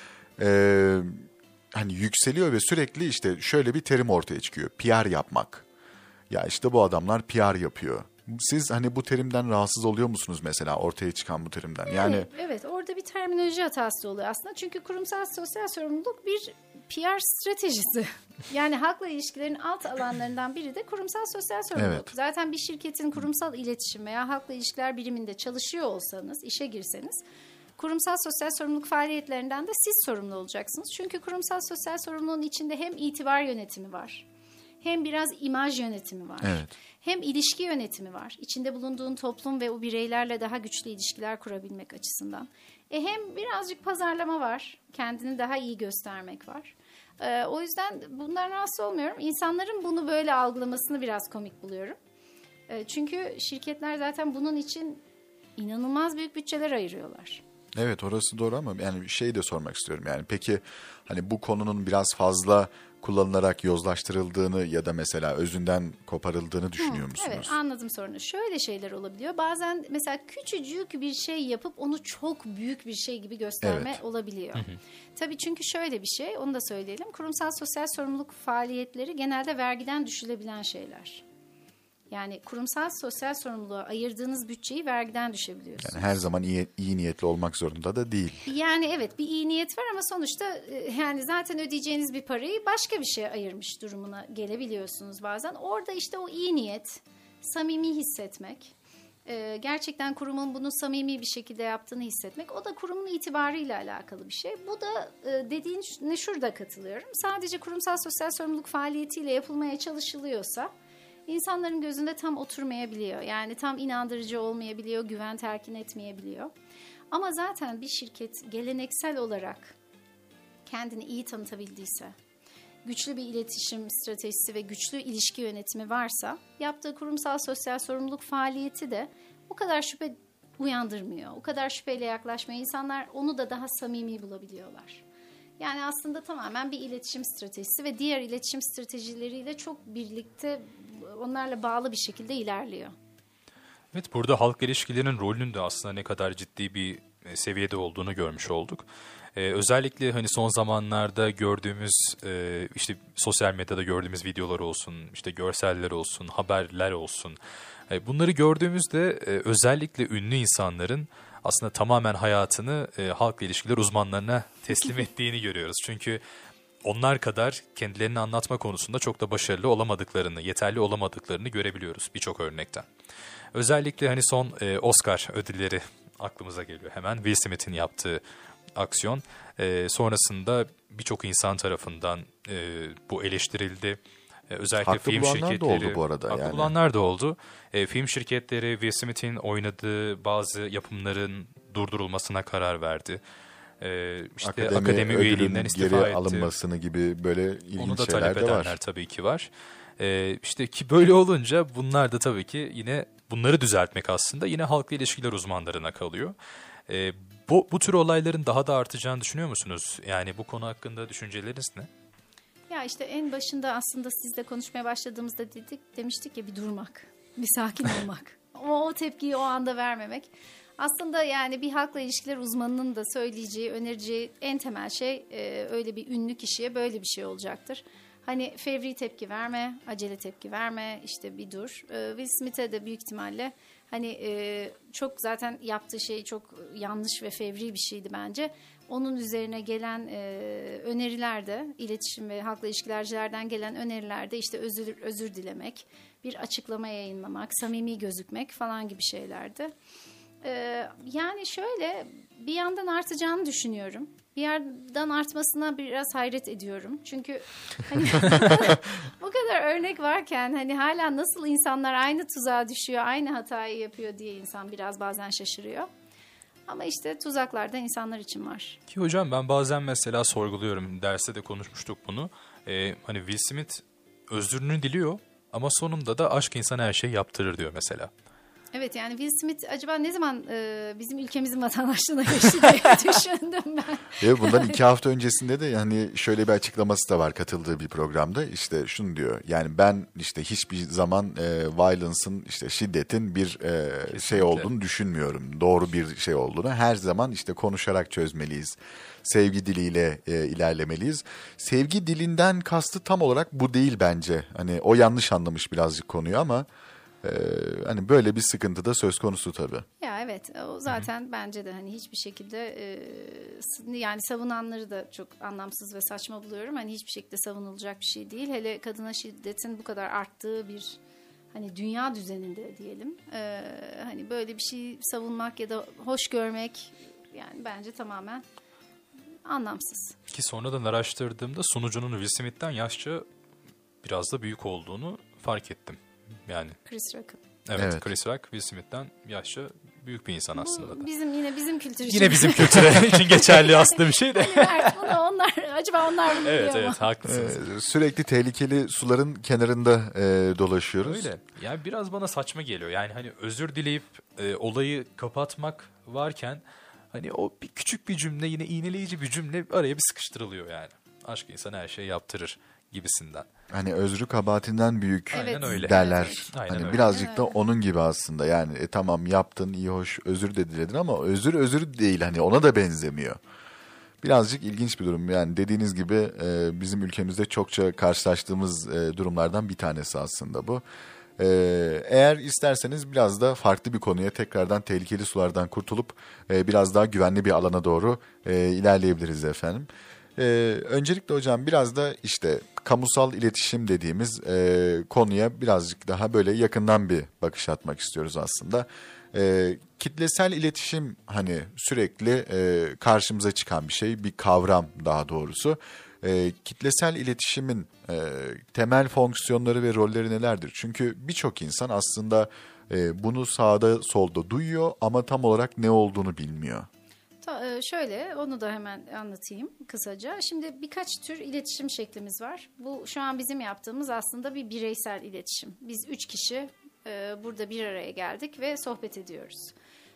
hani yükseliyor ve sürekli işte şöyle bir terim ortaya çıkıyor: PR yapmak. Ya işte bu adamlar PR yapıyor. Siz hani bu terimden rahatsız oluyor musunuz mesela, ortaya çıkan bu terimden? Yani evet, orada bir terminoloji hatası oluyor aslında. Çünkü kurumsal sosyal sorumluluk bir PR stratejisi. Yani halkla ilişkilerin alt alanlarından biri de kurumsal sosyal sorumluluk. Evet. Zaten bir şirketin kurumsal iletişim veya halkla ilişkiler biriminde çalışıyor olsanız, işe girseniz kurumsal sosyal sorumluluk faaliyetlerinden de siz sorumlu olacaksınız. Çünkü kurumsal sosyal sorumluluğun içinde hem itibar yönetimi var, hem biraz imaj yönetimi var. Evet. Hem ilişki yönetimi var. İçinde bulunduğun toplum ve o bireylerle daha güçlü ilişkiler kurabilmek açısından. Hem birazcık pazarlama var. Kendini daha iyi göstermek var. O yüzden bundan rahatsız olmuyorum. İnsanların bunu böyle algılamasını biraz komik buluyorum. Çünkü şirketler zaten bunun için inanılmaz büyük bütçeler ayırıyorlar. evet, orası doğru ama yani şey de sormak istiyorum. Yani peki hani bu konunun biraz fazla kullanılarak yozlaştırıldığını ya da mesela özünden koparıldığını düşünüyor musunuz? Evet, anladım sorunu. Şöyle şeyler olabiliyor. Bazen mesela küçücük bir şey yapıp onu çok büyük bir şey gibi gösterme olabiliyor. Tabii çünkü şöyle bir şey, onu da söyleyelim. Kurumsal sosyal sorumluluk faaliyetleri genelde vergiden düşülebilen şeyler. Yani kurumsal sosyal sorumluluğa ayırdığınız bütçeyi vergiden düşebiliyorsunuz. Yani her zaman iyi niyetli olmak zorunda da değil. Yani evet, bir iyi niyet var ama sonuçta yani zaten ödeyeceğiniz bir parayı başka bir şeye ayırmış durumuna gelebiliyorsunuz bazen. Orada işte o iyi niyet, samimi hissetmek, gerçekten kurumun bunu samimi bir şekilde yaptığını hissetmek, o da kurumun itibarıyla alakalı bir şey. Bu da dediğine şurada katılıyorum. Sadece kurumsal sosyal sorumluluk faaliyetiyle yapılmaya çalışılıyorsa İnsanların gözünde tam oturmayabiliyor. Yani tam inandırıcı olmayabiliyor, güven telkin etmeyebiliyor. Ama zaten bir şirket geleneksel olarak kendini iyi tanıtabildiyse, güçlü bir iletişim stratejisi ve güçlü ilişki yönetimi varsa, yaptığı kurumsal sosyal sorumluluk faaliyeti de o kadar şüphe uyandırmıyor. O kadar şüpheyle yaklaşmıyor. İnsanlar onu da daha samimi bulabiliyorlar. Yani aslında tamamen bir iletişim stratejisi ve diğer iletişim stratejileriyle çok birlikte, onlarla bağlı bir şekilde ilerliyor. Evet, burada halk ilişkilerinin rolünün de aslında ne kadar ciddi bir seviyede olduğunu görmüş olduk. Özellikle hani son zamanlarda gördüğümüz işte sosyal medyada gördüğümüz videolar olsun, işte görseller olsun, haberler olsun. Bunları gördüğümüzde özellikle ünlü insanların aslında tamamen hayatını halkla ilişkiler uzmanlarına teslim ettiğini görüyoruz. Çünkü onlar kadar kendilerini anlatma konusunda çok da başarılı olamadıklarını, yeterli olamadıklarını görebiliyoruz birçok örnekten. Özellikle hani son Oscar ödülleri aklımıza geliyor hemen. Will Smith'in yaptığı aksiyon. Sonrasında birçok insan tarafından bu eleştirildi. Özellikle Haklı film bulanlar da şirketleri. oldu bu arada Haklı yani. bulanlar da oldu. Film şirketleri Will Smith'in oynadığı bazı yapımların durdurulmasına karar verdi. İşte akademi üyeliğinden istifa geri etti. alınmasını gibi böyle Onu ilginç da şeyler talep de edenler var. tabii ki var. İşte ki böyle olunca bunlar da tabii ki yine bunları düzeltmek aslında yine halkla ilişkiler uzmanlarına kalıyor. Bu tür olayların daha da artacağını düşünüyor musunuz? Yani bu konu hakkında düşünceleriniz ne? Ya işte en başında aslında sizle konuşmaya başladığımızda demiştik ya bir durmak, bir sakin olmak. O tepkiyi o anda vermemek. Aslında yani bir halkla ilişkiler uzmanının da söyleyeceği, önereceği en temel şey öyle bir ünlü kişiye böyle bir şey olacaktır. Hani fevri tepki verme, acele tepki verme, işte bir dur. Will Smith'e de büyük ihtimalle hani çok zaten yaptığı şey çok yanlış ve fevri bir şeydi bence. Onun üzerine gelen öneriler de iletişim ve halkla ilişkilercilerden gelen öneriler de işte özür dilemek, bir açıklama yayınlamak, samimi gözükmek falan gibi şeylerdi. Yani şöyle bir yandan artacağını düşünüyorum. Bir yerden artmasına biraz hayret ediyorum. Çünkü hani bu kadar örnek varken hani hala nasıl insanlar aynı tuzağa düşüyor, aynı hatayı yapıyor diye insan biraz bazen şaşırıyor. Ama işte tuzaklar da insanlar için var. Ki hocam ben bazen mesela sorguluyorum. Derste de konuşmuştuk bunu. Hani Will Smith özrünü diliyor ama sonunda da aşk insana her şeyi yaptırır diyor mesela. Evet yani Will Smith acaba ne zaman bizim ülkemizin vatandaşlığına geçti diye düşündüm ben. Evet, bundan 2 hafta öncesinde de yani şöyle bir açıklaması da var katıldığı bir programda. İşte şunu diyor, yani ben işte hiçbir zaman violence'ın, işte şiddetin bir şey olduğunu düşünmüyorum. Doğru bir şey olduğunu. Her zaman işte konuşarak çözmeliyiz. Sevgi diliyle ilerlemeliyiz. Sevgi dilinden kastı tam olarak bu değil bence. Hani o yanlış anlamış birazcık konuyu ama hani böyle bir sıkıntı da söz konusu tabii. Ya evet o zaten bence de hani hiçbir şekilde yani savunanları da çok anlamsız ve saçma buluyorum. Hani hiçbir şekilde savunulacak bir şey değil. Hele kadına şiddetin bu kadar arttığı bir hani dünya düzeninde diyelim. Hani böyle bir şey savunmak ya da hoş görmek yani bence tamamen anlamsız. Ki sonradan araştırdığımda sunucunun Will Smith'ten yaşça biraz da büyük olduğunu fark ettim. Yani Chris Rock'ın. evet. Chris Rock Will Smith'ten yaşça büyük bir insan aslında da. Bizim kültür için. Yine bizim kültüre için geçerli aslında bir şey de. Acaba onlar bunu biliyor mu? Evet haklısınız. Sürekli tehlikeli suların kenarında dolaşıyoruz. Öyle. Yani biraz bana saçma geliyor. Yani hani özür dileyip olayı kapatmak varken hani o bir küçük bir cümle, yine iğneleyici bir cümle araya bir sıkıştırılıyor yani. Aşk insana her şeyi yaptırır gibisinden. Hani özrü kabahatinden büyük Evet. öyle. derler. Evet. Aynen Hani öyle. birazcık da onun gibi aslında. Yani tamam yaptın, iyi hoş, özür de diledin ama özür değil, hani ona da benzemiyor. Birazcık ilginç bir durum. Yani dediğiniz gibi bizim ülkemizde çokça karşılaştığımız durumlardan bir tanesi aslında bu. Eğer isterseniz biraz da farklı bir konuya, tekrardan tehlikeli sulardan kurtulup biraz daha güvenli bir alana doğru ilerleyebiliriz efendim. Öncelikle hocam biraz da işte kamusal iletişim dediğimiz konuya birazcık daha böyle yakından bir bakış atmak istiyoruz aslında. Kitlesel iletişim hani sürekli karşımıza çıkan bir şey, bir kavram daha doğrusu. Kitlesel iletişimin temel fonksiyonları ve rolleri nelerdir? Çünkü birçok insan aslında bunu sağda solda duyuyor ama tam olarak ne olduğunu bilmiyor. Şöyle onu da hemen anlatayım kısaca. Şimdi birkaç tür iletişim şeklimiz var. Bu şu an bizim yaptığımız aslında bir bireysel iletişim. Biz 3 kişi burada bir araya geldik ve sohbet ediyoruz.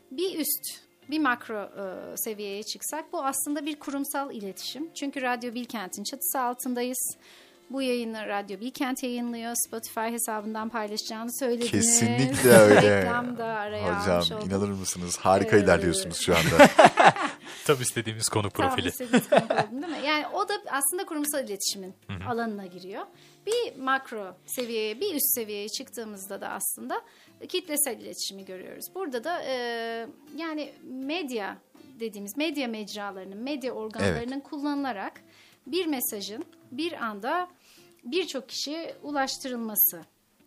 Bir makro seviyeye çıksak bu aslında bir kurumsal iletişim. Çünkü Radyo Bilkent'in çatısı altındayız. Bu yayını Radyo Bilkent yayınlıyor. Spotify hesabından paylaşacağını söylediniz. Kesinlikle öyle. Reklam da araya almış Hocam olduk. inanır mısınız? Harika ilerliyorsunuz şu anda. Tam istediğimiz konu profili. Tam istediğiniz konu profili değil mi? Yani o da aslında kurumsal iletişimin alanına giriyor. Bir makro seviyeye, bir üst seviyeye çıktığımızda da aslında kitlesel iletişimi görüyoruz. Burada da yani medya dediğimiz medya mecralarının, medya organlarının kullanılarak bir mesajın bir anda birçok kişiye ulaştırılması.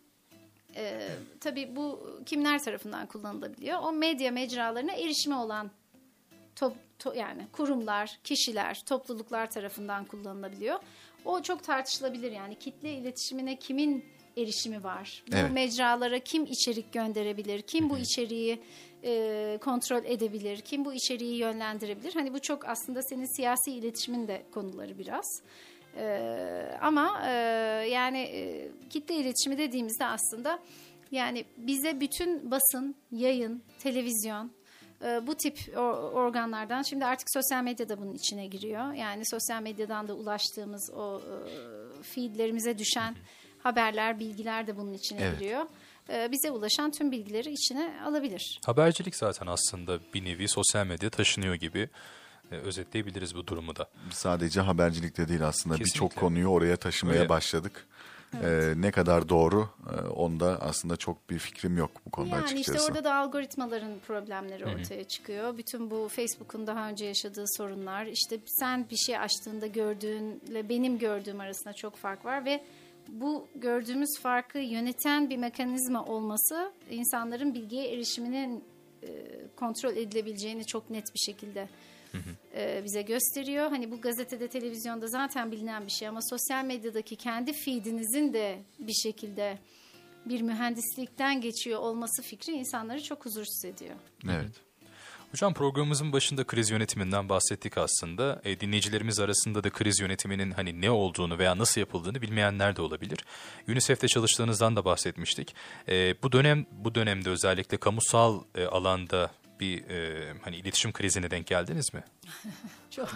Tabii bu kimler tarafından kullanılabiliyor? O medya mecralarına erişimi olan yani kurumlar, kişiler, topluluklar tarafından kullanılabiliyor. O çok tartışılabilir yani kitle iletişimine kimin erişimi var? Bu Evet. mecralara kim içerik gönderebilir? Kim bu içeriği kontrol edebilir? Kim bu içeriği yönlendirebilir? Hani bu çok aslında senin siyasi iletişimin de konuları biraz. Ama yani kitle iletişimi dediğimizde aslında yani bize bütün basın, yayın, televizyon bu tip organlardan şimdi artık sosyal medya da bunun içine giriyor. Yani sosyal medyadan da ulaştığımız o feedlerimize düşen haberler, bilgiler de bunun içine giriyor. Bize ulaşan tüm bilgileri içine alabilir. Habercilik zaten aslında bir nevi sosyal medya taşınıyor gibi özetleyebiliriz bu durumu da. Sadece habercilikte değil aslında Kesinlikle. birçok konuyu oraya taşımaya Öyle. başladık. Ne kadar doğru onda aslında çok bir fikrim yok bu konuda Yani açıkçası. işte orada da algoritmaların problemleri ortaya çıkıyor. Bütün bu Facebook'un daha önce yaşadığı sorunlar. İşte sen bir şey açtığında gördüğünle benim gördüğüm arasında çok fark var ve bu gördüğümüz farkı yöneten bir mekanizma olması insanların bilgiye erişiminin kontrol edilebileceğini çok net bir şekilde bize gösteriyor. Hani bu gazetede, televizyonda zaten bilinen bir şey ama sosyal medyadaki kendi feedinizin de bir şekilde bir mühendislikten geçiyor olması fikri insanları çok huzursuz ediyor. Evet. Hocam programımızın başında kriz yönetiminden bahsettik aslında. Dinleyicilerimiz arasında da kriz yönetiminin hani ne olduğunu veya nasıl yapıldığını bilmeyenler de olabilir. UNICEF'te çalıştığınızdan da bahsetmiştik. Bu dönemde özellikle kamusal alanda bir hani iletişim krizine denk geldiniz mi? Çok.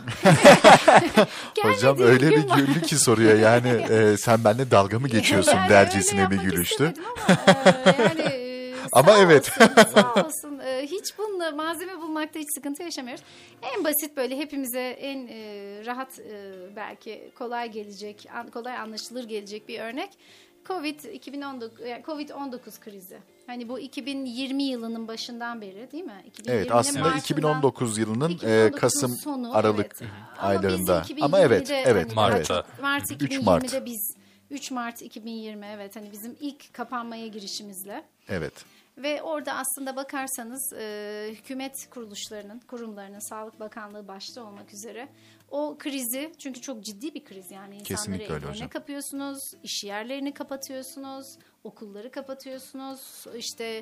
Hocam Gelmediğim öyle bir gün var. güldü ki soruyor yani sen benimle dalga mı geçiyorsun Yani dercesine öyle bir yapmak gülüştü. istemedim Ama, yani Ama sağ evet. olsun, sağ olsun. Hiç bununla malzeme bulmakta hiç sıkıntı yaşamıyoruz. En basit böyle hepimize en rahat belki kolay gelecek, kolay anlaşılır gelecek bir örnek. Covid-19 krizi. Hani bu 2020 yılının başından beri değil mi? 2020'nin Evet aslında Mart'ından 2019 yılının 2019'un Kasım sonu, Aralık evet. aylarında. Ama, biz Ama evet 2020'de evet hani Mart'ta. evet. Mart 3 2020'de Mart. biz 3 Mart 2020 evet hani bizim ilk kapanmaya girişimizle Evet. ve orada aslında bakarsanız hükümet kurumlarının Sağlık Bakanlığı başta olmak üzere o krizi çünkü çok ciddi bir kriz yani insanları Kesinlikle öyle evlerine hocam. kapıyorsunuz, iş yerlerini kapatıyorsunuz, okulları kapatıyorsunuz, işte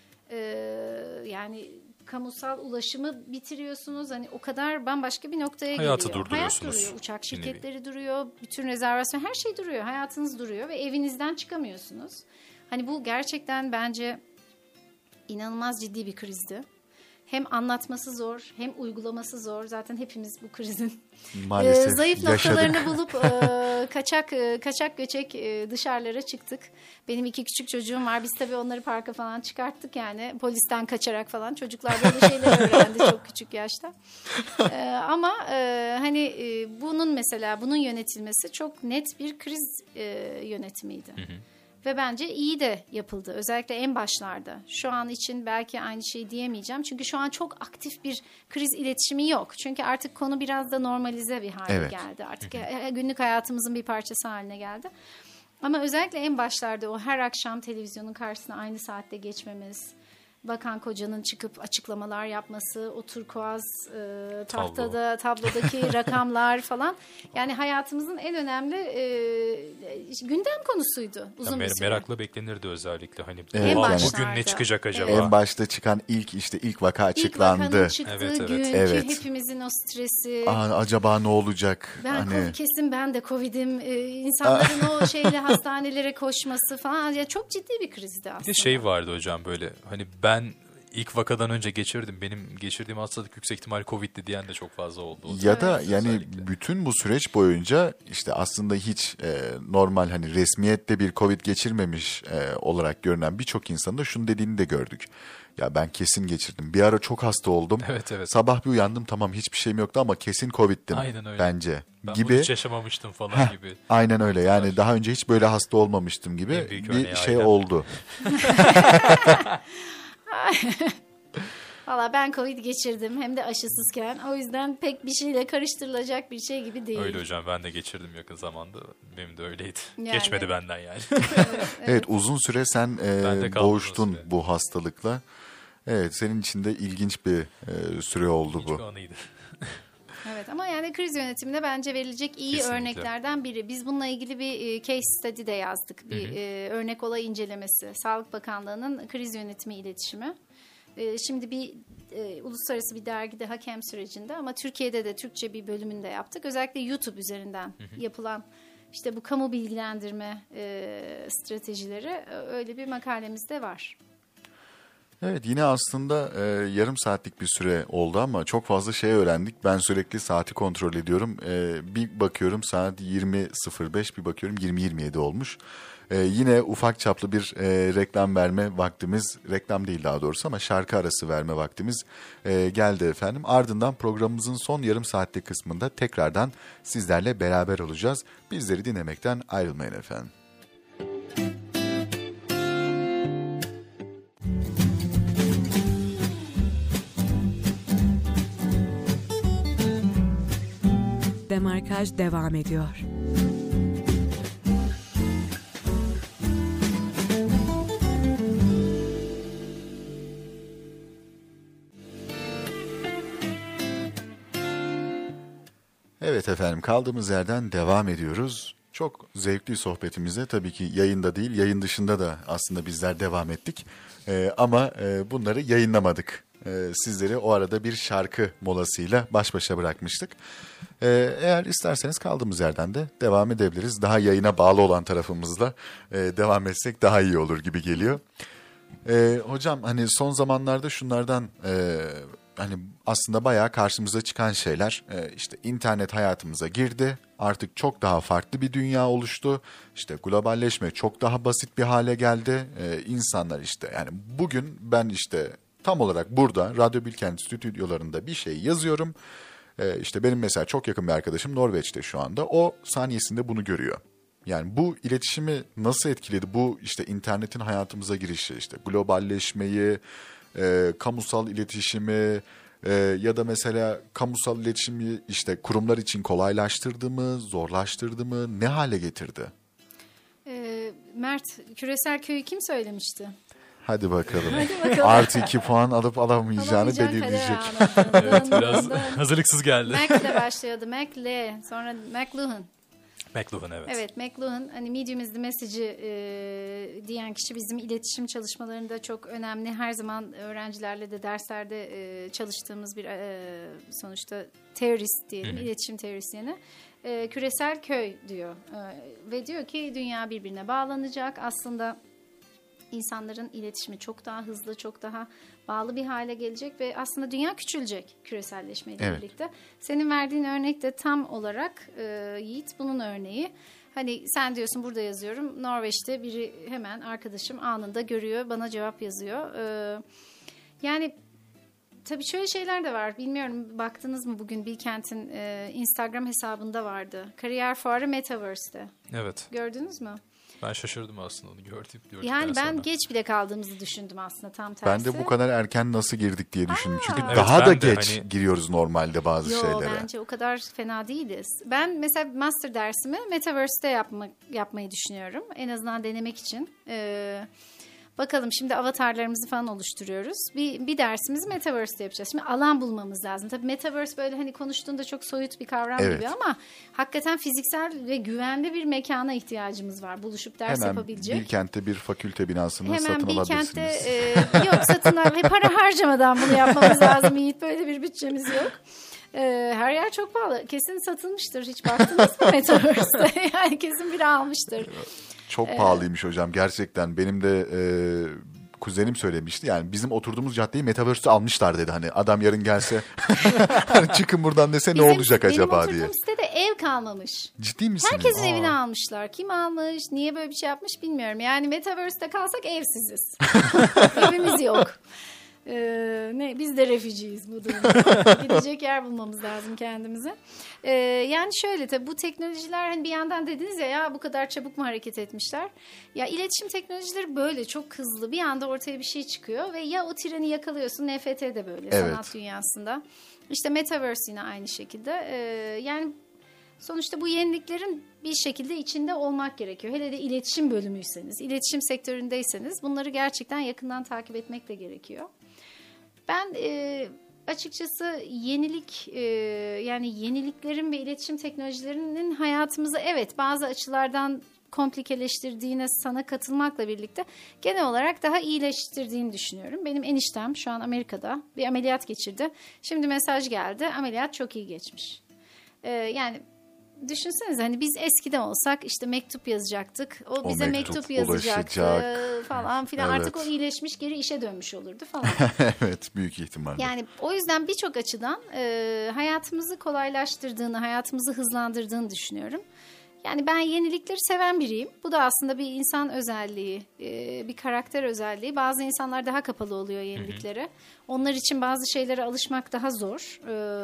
yani kamusal ulaşımı bitiriyorsunuz. Hani o kadar bambaşka bir noktaya Hayatı geliyor. durduruyorsunuz. Hayat duruyor. Uçak Bir şirketleri duruyor. Bütün rezervasyon her şey duruyor. Hayatınız duruyor ve evinizden çıkamıyorsunuz. Hani bu gerçekten bence inanılmaz ciddi bir krizdi. Hem anlatması zor hem uygulaması zor. Zaten hepimiz bu krizin Maalesef zayıf yaşadık. noktalarını bulup kaçak göçek dışarılara çıktık. Benim 2 küçük çocuğum var. Biz tabii onları parka falan çıkarttık yani. Polisten kaçarak falan. Çocuklar böyle şeyler öğrendi çok küçük yaşta. Ama hani bunun yönetilmesi çok net bir kriz yönetimiydi. Ve bence iyi de yapıldı. Özellikle en başlarda. Şu an için belki aynı şeyi diyemeyeceğim. Çünkü şu an çok aktif bir kriz iletişimi yok. Çünkü artık konu biraz da normalize bir hale Evet. geldi. Artık günlük hayatımızın bir parçası haline geldi. Ama özellikle en başlarda o her akşam televizyonun karşısına aynı saatte geçmemiz, Bakan Koca'nın çıkıp açıklamalar yapması, o turkuaz tablodaki rakamlar falan. Yani hayatımızın en önemli gündem konusuydu uzun bir süre. Merakla beklenirdi özellikle hani Evet, "Aa, yani- bugün ne çıkacak acaba? En başta çıkan ilk vaka İlk açıklandı. vakanın çıktığı Evet, evet. gün Evet. ki hepimizin o stresi. Acaba ne olacak? Kesin ben de Covid'im. İnsanların o şeyle hastanelere koşması falan. Ya çok ciddi bir krizdi aslında. Bir de şey vardı hocam böyle hani ben ilk vakadan önce geçirdim. Benim geçirdiğim hastalık yüksek ihtimal Covid'di diyen de çok fazla oldu. Ya da Evet. yani Özellikle. bütün bu süreç boyunca işte aslında hiç normal hani resmiyette bir Covid geçirmemiş olarak görünen birçok insanın da şunu dediğini de gördük. Ya ben kesin geçirdim. Bir ara çok hasta oldum. Evet, evet. Sabah bir uyandım tamam hiçbir şeyim yoktu ama kesin Covid'dim. Aynen öyle. Bence. Ben gibi. bunu hiç yaşamamıştım falan gibi. Aynen öyle. Yani daha önce hiç böyle hasta olmamıştım gibi En büyük bir örneği şey ailem. oldu. Valla ben Covid geçirdim hem de aşısızken. O yüzden pek bir şeyle karıştırılacak bir şey gibi değil. Öyle hocam ben de geçirdim yakın zamanda. Benim de öyleydi. Yani. Geçmedi benden yani. Evet uzun süre sen Ben de kaldım boğuştun o süre. bu hastalıkla. Evet senin için de ilginç bir süre oldu İlk bu. anıydı. Evet, ama yani kriz yönetiminde bence verilecek iyi Kesinlikle. örneklerden biri. Biz bununla ilgili bir case study de yazdık. Bir örnek olay incelemesi. Sağlık Bakanlığı'nın kriz yönetimi iletişimi. Şimdi bir uluslararası bir dergide hakem sürecinde, ama Türkiye'de de Türkçe bir bölümünde yaptık. Özellikle YouTube üzerinden yapılan işte bu kamu bilgilendirme stratejileri, öyle bir makalemiz de var. Evet, yine aslında yarım saatlik bir süre oldu ama çok fazla şey öğrendik. Ben sürekli saati kontrol ediyorum. Bir bakıyorum saat 20.05, bir bakıyorum 20.27 olmuş. Yine ufak çaplı bir reklam verme vaktimiz, reklam değil daha doğrusu ama şarkı arası verme vaktimiz geldi efendim. Ardından programımızın son yarım saatlik kısmında tekrardan sizlerle beraber olacağız. Bizleri dinlemekten ayrılmayın efendim. Demarkaj devam ediyor. Evet efendim, kaldığımız yerden devam ediyoruz. Çok zevkli sohbetimize, tabii ki yayında değil, yayın dışında da aslında bizler devam ettik. Ama bunları yayınlamadık. Sizleri o arada bir şarkı molasıyla baş başa bırakmıştık. Eğer isterseniz kaldığımız yerden de devam edebiliriz. Daha yayına bağlı olan tarafımızla devam etsek daha iyi olur gibi geliyor. Hocam, hani son zamanlarda şunlardan hani aslında bayağı karşımıza çıkan şeyler, işte internet hayatımıza girdi. Artık çok daha farklı bir dünya oluştu. İşte globalleşme çok daha basit bir hale geldi. İnsanlar işte, yani bugün ben işte tam olarak burada Radyo Bilkent stüdyolarında bir şey yazıyorum. İşte benim mesela çok yakın bir arkadaşım Norveç'te şu anda. O saniyesinde bunu görüyor. Yani bu iletişimi nasıl etkiledi? Bu işte internetin hayatımıza girişi, işte globalleşmeyi, kamusal iletişimi ya da mesela kamusal iletişimi işte kurumlar için kolaylaştırdı mı, zorlaştırdı mı, ne hale getirdi? Mert, küresel köyü kim söylemişti? Hadi bakalım. Hadi bakalım. Artı 2 puan alıp alamayacağını Alamayacağın belirleyecek. kader anı. Evet, Dın biraz dın dın. hazırlıksız geldi. Mac'le başlıyordu. Mac'le, sonra McLuhan. McLuhan, evet. Evet, McLuhan, hani Medium is the Message'i diyen kişi bizim iletişim çalışmalarında çok önemli. Her zaman öğrencilerle de derslerde çalıştığımız bir sonuçta teorist diyelim, iletişim teorisyeni. Küresel köy diyor ve diyor ki dünya birbirine bağlanacak. Aslında insanların iletişimi çok daha hızlı, çok daha bağlı bir hale gelecek ve aslında dünya küçülecek küreselleşmeyle Evet. birlikte. Senin verdiğin örnek de tam olarak Yiğit bunun örneği. Hani sen diyorsun burada yazıyorum. Norveç'te biri hemen arkadaşım anında görüyor, bana cevap yazıyor. Yani tabii şöyle şeyler de var. Bilmiyorum, baktınız mı bugün Bilkent'in Instagram hesabında vardı. Kariyer fuarı Metaverse'te. Evet. Gördünüz mü? Ben şaşırdım aslında onu gördükten Yani ben sonra. geç bile kaldığımızı düşündüm aslında, tam tersi. Ben de bu kadar erken nasıl girdik diye düşündüm. Çünkü Evet, daha ben da de geç hani- giriyoruz normalde bazı Yo, şeylere. bence o kadar fena değiliz. Ben mesela master dersimi Metaverse'te yapmayı düşünüyorum. En azından denemek için. Bakalım, şimdi avatarlarımızı falan oluşturuyoruz. Bir dersimizi Metaverse'te yapacağız. Şimdi alan bulmamız lazım. Tabii Metaverse böyle hani konuştuğunda çok soyut bir kavram Evet. gibi ama hakikaten fiziksel ve güvenli bir mekana ihtiyacımız var. Buluşup ders Hemen yapabilecek. Bilkent'te bir fakülte binasını Hemen satın Bilkent'te alabilirsiniz. yok, satın al ve para harcamadan bunu yapmamız lazım Yiğit. Böyle bir bütçemiz yok. Her yer çok pahalı. Kesin satılmıştır. Hiç baktınız mı Metaverse'te? Yani kesin biri almıştır. Çok pahalıymış hocam gerçekten. Benim de kuzenim söylemişti. Yani bizim oturduğumuz caddeyi Metaverse'te almışlar dedi. Hani adam yarın gelse hani çıkın buradan dese ne olacak acaba benim diye. oturduğum sitede ev kalmamış. Ciddi misiniz? Herkesin Aa. evini almışlar. Kim almış? Niye böyle bir şey yapmış bilmiyorum. Yani Metaverse'te kalsak evsiziz. Evimiz yok. Biz de refüjiyiz bu durumda. Gidecek yer bulmamız lazım kendimize. Yani şöyle, tabii bu teknolojiler, hani bir yandan dediniz ya bu kadar çabuk mu hareket etmişler? Ya iletişim teknolojileri böyle çok hızlı, bir anda ortaya bir şey çıkıyor ve ya o treni yakalıyorsun. NFT de böyle, Evet. sanat dünyasında. İşte Metaverse yine aynı şekilde. Yani sonuçta bu yeniliklerin bir şekilde içinde olmak gerekiyor. Hele de iletişim bölümüyseniz, iletişim sektöründeyseniz bunları gerçekten yakından takip etmek de gerekiyor. Ben açıkçası yenilik yani yeniliklerin ve iletişim teknolojilerinin hayatımızı evet bazı açılardan komplikeleştirdiğine sana katılmakla birlikte genel olarak daha iyileştirdiğini düşünüyorum. Benim eniştem şu an Amerika'da bir ameliyat geçirdi. Şimdi mesaj geldi, ameliyat çok iyi geçmiş. Yani düşünsenize hani biz eskiden olsak işte mektup yazacaktık. O bize mektup yazacaktı falan filan. Evet. Artık o iyileşmiş geri işe dönmüş olurdu falan. Evet, büyük ihtimalle. Yani o yüzden birçok açıdan hayatımızı kolaylaştırdığını, hayatımızı hızlandırdığını düşünüyorum. Yani ben yenilikleri seven biriyim. Bu da aslında bir insan özelliği, bir karakter özelliği. Bazı insanlar daha kapalı oluyor yeniliklere. Onlar için bazı şeylere alışmak daha zor.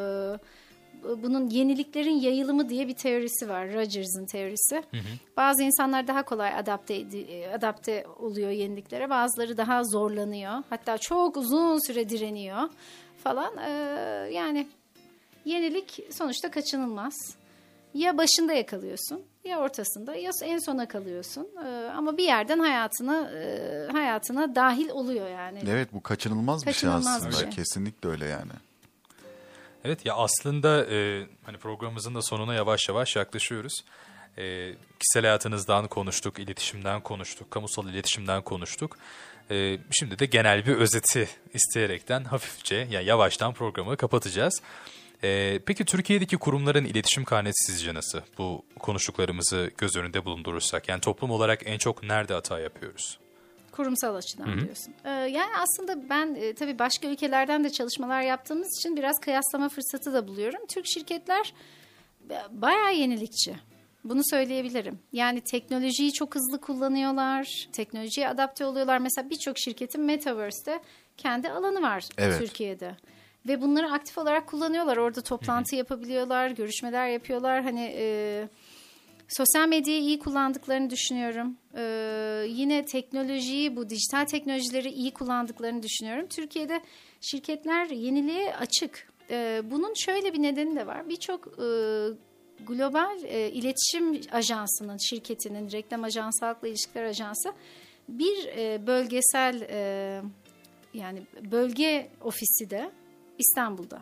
Bunun yeniliklerin yayılımı diye bir teorisi var. Rogers'ın teorisi. Bazı insanlar daha kolay adapte oluyor yeniliklere. Bazıları daha zorlanıyor. Hatta çok uzun süre direniyor falan. Yani yenilik sonuçta kaçınılmaz. Ya başında yakalıyorsun, ya ortasında, ya en sona kalıyorsun. Ama bir yerden hayatına dahil oluyor yani. Evet, bu kaçınılmaz bir şey aslında. Bir şey. Kesinlikle öyle yani. Evet ya aslında hani programımızın da sonuna yavaş yavaş yaklaşıyoruz. Kişisel hayatınızdan konuştuk, iletişimden konuştuk, kamusal iletişimden konuştuk. Şimdi de genel bir özeti isteyerekten hafifçe yani yavaştan programı kapatacağız. Peki Türkiye'deki kurumların iletişim karnesi sizce nasıl? Bu konuştuklarımızı göz önünde bulundurursak yani toplum olarak en çok nerede hata yapıyoruz? Kurumsal açıdan diyorsun. Yani aslında ben tabii başka ülkelerden de çalışmalar yaptığımız için biraz kıyaslama fırsatı da buluyorum. Türk şirketler bayağı yenilikçi. Bunu söyleyebilirim. Yani teknolojiyi çok hızlı kullanıyorlar. Teknolojiye adapte oluyorlar. Mesela birçok şirketin Metaverse'te kendi alanı var Türkiye'de. Ve bunları aktif olarak kullanıyorlar. Orada toplantı yapabiliyorlar, görüşmeler yapıyorlar. Hani sosyal medyayı iyi kullandıklarını düşünüyorum. Yine teknolojiyi, bu dijital teknolojileri iyi kullandıklarını düşünüyorum. Türkiye'de şirketler yeniliğe açık. Bunun şöyle bir nedeni de var. Birçok global iletişim ajansının, şirketinin, reklam ajansı, halkla ilişkiler ajansı bir bölgesel yani bölge ofisi de İstanbul'da.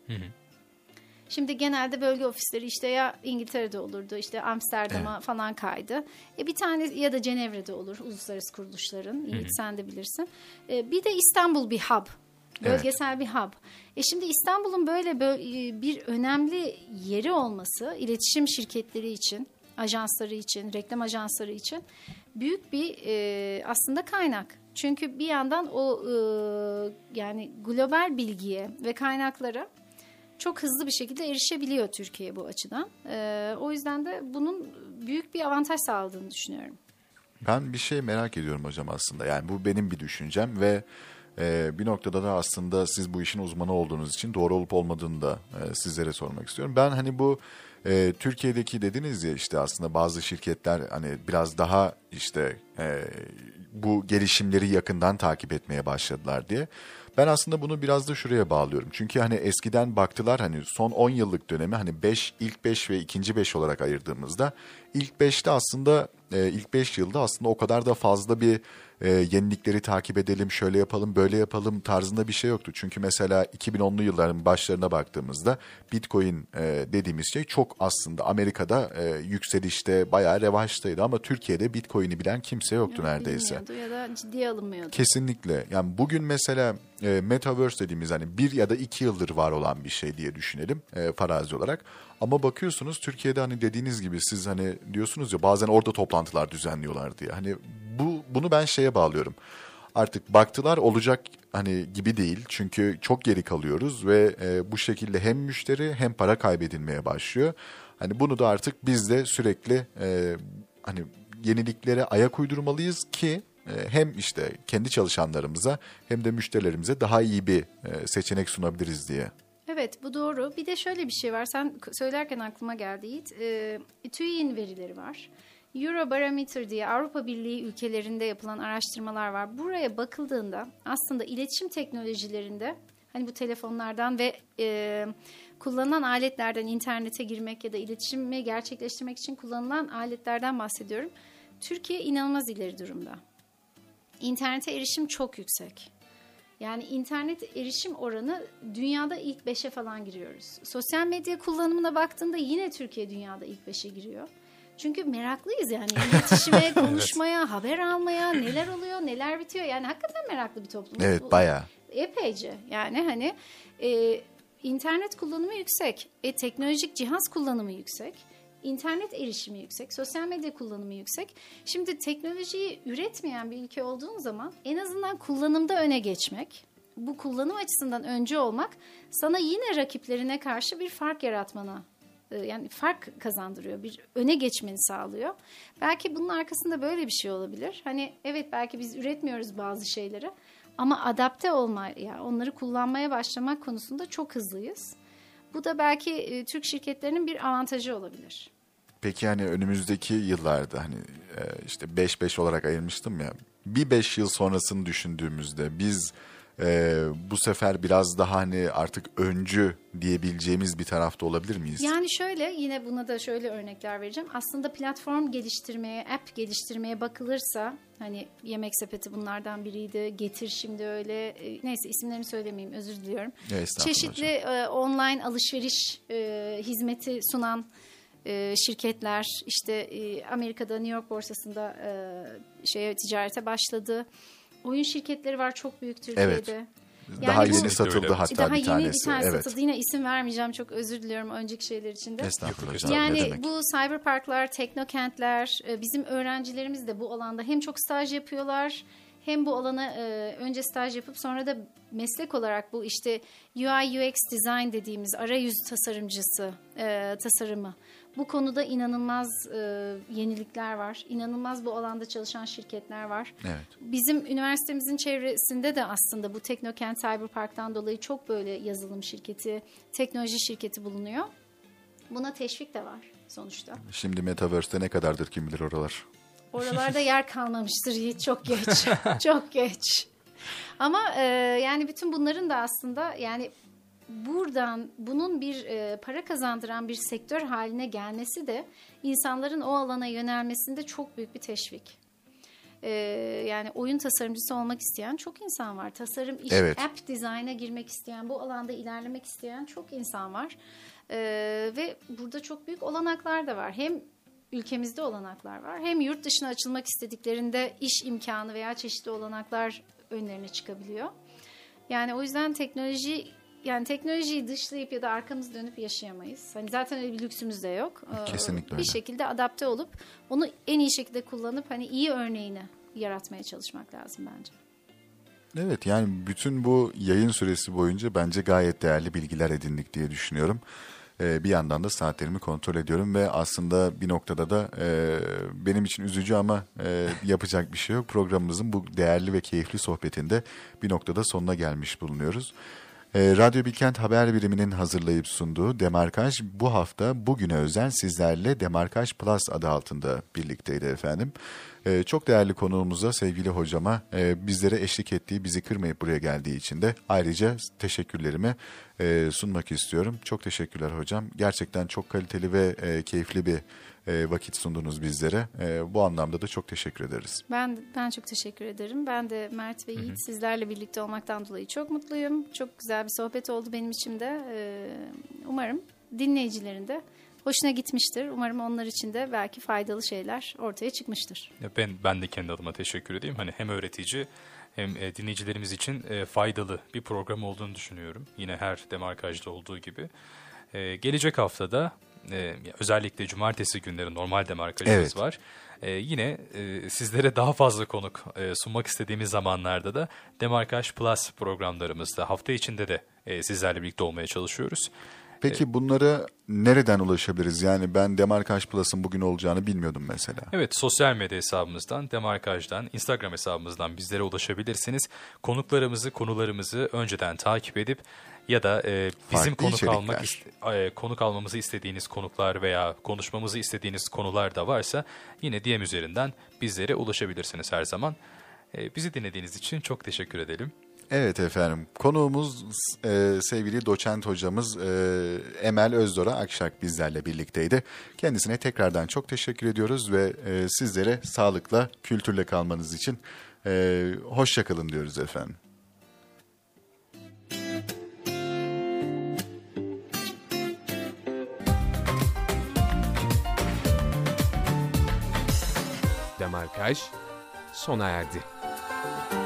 Şimdi genelde bölge ofisleri işte ya İngiltere'de olurdu, işte Amsterdam'a falan kaydı. Bir tane ya da Cenevre'de olur uluslararası kuruluşların. Yiğit sen de bilirsin. Bir de İstanbul bir hub. Bölgesel bir hub. Şimdi İstanbul'un böyle bir önemli yeri olması iletişim şirketleri için, ajansları için, reklam ajansları için büyük bir aslında kaynak. Çünkü bir yandan o yani global bilgiye ve kaynaklara çok hızlı bir şekilde erişebiliyor Türkiye bu açıdan. O yüzden de bunun büyük bir avantaj sağladığını düşünüyorum. Ben bir şey merak ediyorum hocam aslında. Yani bu benim bir düşüncem ve bir noktada da aslında siz bu işin uzmanı olduğunuz için doğru olup olmadığını da sizlere sormak istiyorum. Ben hani bu Türkiye'deki dediniz ya işte aslında bazı şirketler hani biraz daha işte bu gelişimleri yakından takip etmeye başladılar diye. Ben aslında bunu biraz da şuraya bağlıyorum. Çünkü hani eskiden baktılar hani son 10 yıllık dönemi hani ilk 5 ve ikinci 5 olarak ayırdığımızda ilk 5'te aslında ilk 5 yılda aslında o kadar da fazla bir yenilikleri takip edelim, şöyle yapalım, böyle yapalım tarzında bir şey yoktu. Çünkü mesela 2010'lu yılların başlarına baktığımızda Bitcoin dediğimiz şey çok aslında Amerika'da yükselişte bayağı revaçtaydı ama Türkiye'de Bitcoin'i bilen kimse yoktu neredeyse. Ya da ciddiye alınmıyordu. Kesinlikle. Yani bugün mesela Metaverse dediğimiz hani 1 ya da 2 yıldır var olan bir şey diye düşünelim farazi olarak. Ama bakıyorsunuz Türkiye'de hani dediğiniz gibi siz hani diyorsunuz ya bazen orada toplantılar düzenliyorlar diye. Hani bunu ben şeye bağlıyorum. Artık baktılar olacak hani gibi değil. Çünkü çok geri kalıyoruz ve bu şekilde hem müşteri hem para kaybedilmeye başlıyor. Hani bunu da artık biz de sürekli hani yeniliklere ayak uydurmalıyız ki hem işte kendi çalışanlarımıza hem de müşterilerimize daha iyi bir seçenek sunabiliriz diye. Evet bu doğru. Bir de şöyle bir şey var. Sen söylerken aklıma geldi Yiğit. TÜİ'nin verileri var. Eurobarometer diye Avrupa Birliği ülkelerinde yapılan araştırmalar var. Buraya bakıldığında aslında iletişim teknolojilerinde hani bu telefonlardan ve kullanılan aletlerden internete girmek ya da iletişimi gerçekleştirmek için kullanılan aletlerden bahsediyorum. Türkiye inanılmaz ileri durumda. İnternete erişim çok yüksek. Yani internet erişim oranı dünyada ilk 5'e falan giriyoruz. Sosyal medya kullanımına baktığında yine Türkiye dünyada ilk 5'e giriyor. Çünkü meraklıyız yani iletişime, konuşmaya, haber almaya, neler oluyor, neler bitiyor. Yani hakikaten meraklı bir toplum. Evet, bayağı. Epeyce yani hani internet kullanımı yüksek, teknolojik cihaz kullanımı yüksek, internet erişimi yüksek, sosyal medya kullanımı yüksek. Şimdi teknolojiyi üretmeyen bir ülke olduğun zaman en azından kullanımda öne geçmek, bu kullanım açısından öncü olmak sana yine rakiplerine karşı bir fark yaratmana, yani fark kazandırıyor, bir öne geçmeni sağlıyor. Belki bunun arkasında böyle bir şey olabilir. Hani evet belki biz üretmiyoruz bazı şeyleri ama adapte olmaya, onları kullanmaya başlamak konusunda çok hızlıyız. Bu da belki Türk şirketlerinin bir avantajı olabilir. Peki hani önümüzdeki yıllarda hani işte 5-5 olarak ayırmıştım ya. Bir 5 yıl sonrasını düşündüğümüzde biz bu sefer biraz daha hani artık öncü diyebileceğimiz bir tarafta olabilir miyiz? Yani şöyle, yine buna da şöyle örnekler vereceğim. Aslında platform geliştirmeye, app geliştirmeye bakılırsa, hani Yemek Sepeti bunlardan biriydi, Getir şimdi öyle, neyse isimlerini söylemeyeyim, özür diliyorum. Çeşitli online alışveriş hizmeti sunan şirketler işte Amerika'da New York borsasında ticarete başladı. Oyun şirketleri var çok büyük Türkiye'de. Evet. Daha yeni satıldı hatta daha bir tanesi. Yeni bir tanesi satıldı. Yine isim vermeyeceğim, çok özür diliyorum önceki şeyler için de. Estağfurullah. Yani bu cyberparklar, teknokentler, bizim öğrencilerimiz de bu alanda hem çok staj yapıyorlar, hem bu alana önce staj yapıp sonra da meslek olarak bu işte UI UX design dediğimiz arayüz tasarımcısı tasarımı. Bu konuda inanılmaz yenilikler var. İnanılmaz bu alanda çalışan şirketler var. Evet. Bizim üniversitemizin çevresinde de aslında bu Teknokent Cyberpark'tan dolayı çok böyle yazılım şirketi, teknoloji şirketi bulunuyor. Buna teşvik de var sonuçta. Şimdi Metaverse'de ne kadardır kim bilir oralar. Oralarda yer kalmamıştır Yiğit, çok geç. Çok geç. Ama yani bütün bunların da aslında yani buradan bunun bir para kazandıran bir sektör haline gelmesi de insanların o alana yönelmesinde çok büyük bir teşvik. Yani oyun tasarımcısı olmak isteyen çok insan var. Tasarım iş, evet. App design'a girmek isteyen, bu alanda ilerlemek isteyen çok insan var. Ve burada çok büyük olanaklar da var. Hem ülkemizde olanaklar var, hem yurt dışına açılmak istediklerinde iş imkanı veya çeşitli olanaklar önlerine çıkabiliyor. Yani o yüzden teknolojiyi dışlayıp ya da arkamızı dönüp yaşayamayız. Hani zaten öyle bir lüksümüz de yok. Kesinlikle bir şekilde adapte olup onu en iyi şekilde kullanıp hani iyi örneğini yaratmaya çalışmak lazım bence. Evet, yani bütün bu yayın süresi boyunca bence gayet değerli bilgiler edindik diye düşünüyorum. Bir yandan da saatlerimi kontrol ediyorum ve aslında bir noktada da benim için üzücü ama yapacak bir şey yok. Programımızın bu değerli ve keyifli sohbetinde bir noktada sonuna gelmiş bulunuyoruz. Radyo Bilkent Haber Biriminin hazırlayıp sunduğu Demarkaj bu hafta bugüne özel sizlerle Demarkaj Plus adı altında birlikteydi efendim. Çok değerli konuğumuza, sevgili hocama bizlere eşlik ettiği, bizi kırmayıp buraya geldiği için de ayrıca teşekkürlerimi sunmak istiyorum. Çok teşekkürler hocam. Gerçekten çok kaliteli ve keyifli bir vakit sundunuz bizlere. Bu anlamda da çok teşekkür ederiz. Ben çok teşekkür ederim. Ben de Mert ve Yiğit sizlerle birlikte olmaktan dolayı çok mutluyum. Çok güzel bir sohbet oldu benim için de. Umarım dinleyicilerin de hoşuna gitmiştir. Umarım onlar için de belki faydalı şeyler ortaya çıkmıştır. Ben de kendi adıma teşekkür edeyim. Hani hem öğretici hem dinleyicilerimiz için faydalı bir program olduğunu düşünüyorum. Yine her Demarkaj'da olduğu gibi. Gelecek haftada özellikle cumartesi günleri normal Demarkaj'ımız var. Yine sizlere daha fazla konuk sunmak istediğimiz zamanlarda da Demarkaj Plus programlarımızda hafta içinde de sizlerle birlikte olmaya çalışıyoruz. Peki bunlara nereden ulaşabiliriz? Yani ben Demarkaj Plus'ın bugün olacağını bilmiyordum mesela. Evet, sosyal medya hesabımızdan, Demarkaj'dan, Instagram hesabımızdan bizlere ulaşabilirsiniz. Konularımızı önceden takip edip ya da bizim konuk almamızı istediğiniz konuklar veya konuşmamızı istediğiniz konular da varsa yine DM üzerinden bizlere ulaşabilirsiniz her zaman. Bizi dinlediğiniz için çok teşekkür edelim. Evet efendim, konuğumuz sevgili doçent hocamız Emel Özdora Akşak bizlerle birlikteydi. Kendisine tekrardan çok teşekkür ediyoruz ve sizlere sağlıkla, kültürle kalmanız için hoşça kalın diyoruz efendim. Demarkaj sona erdi.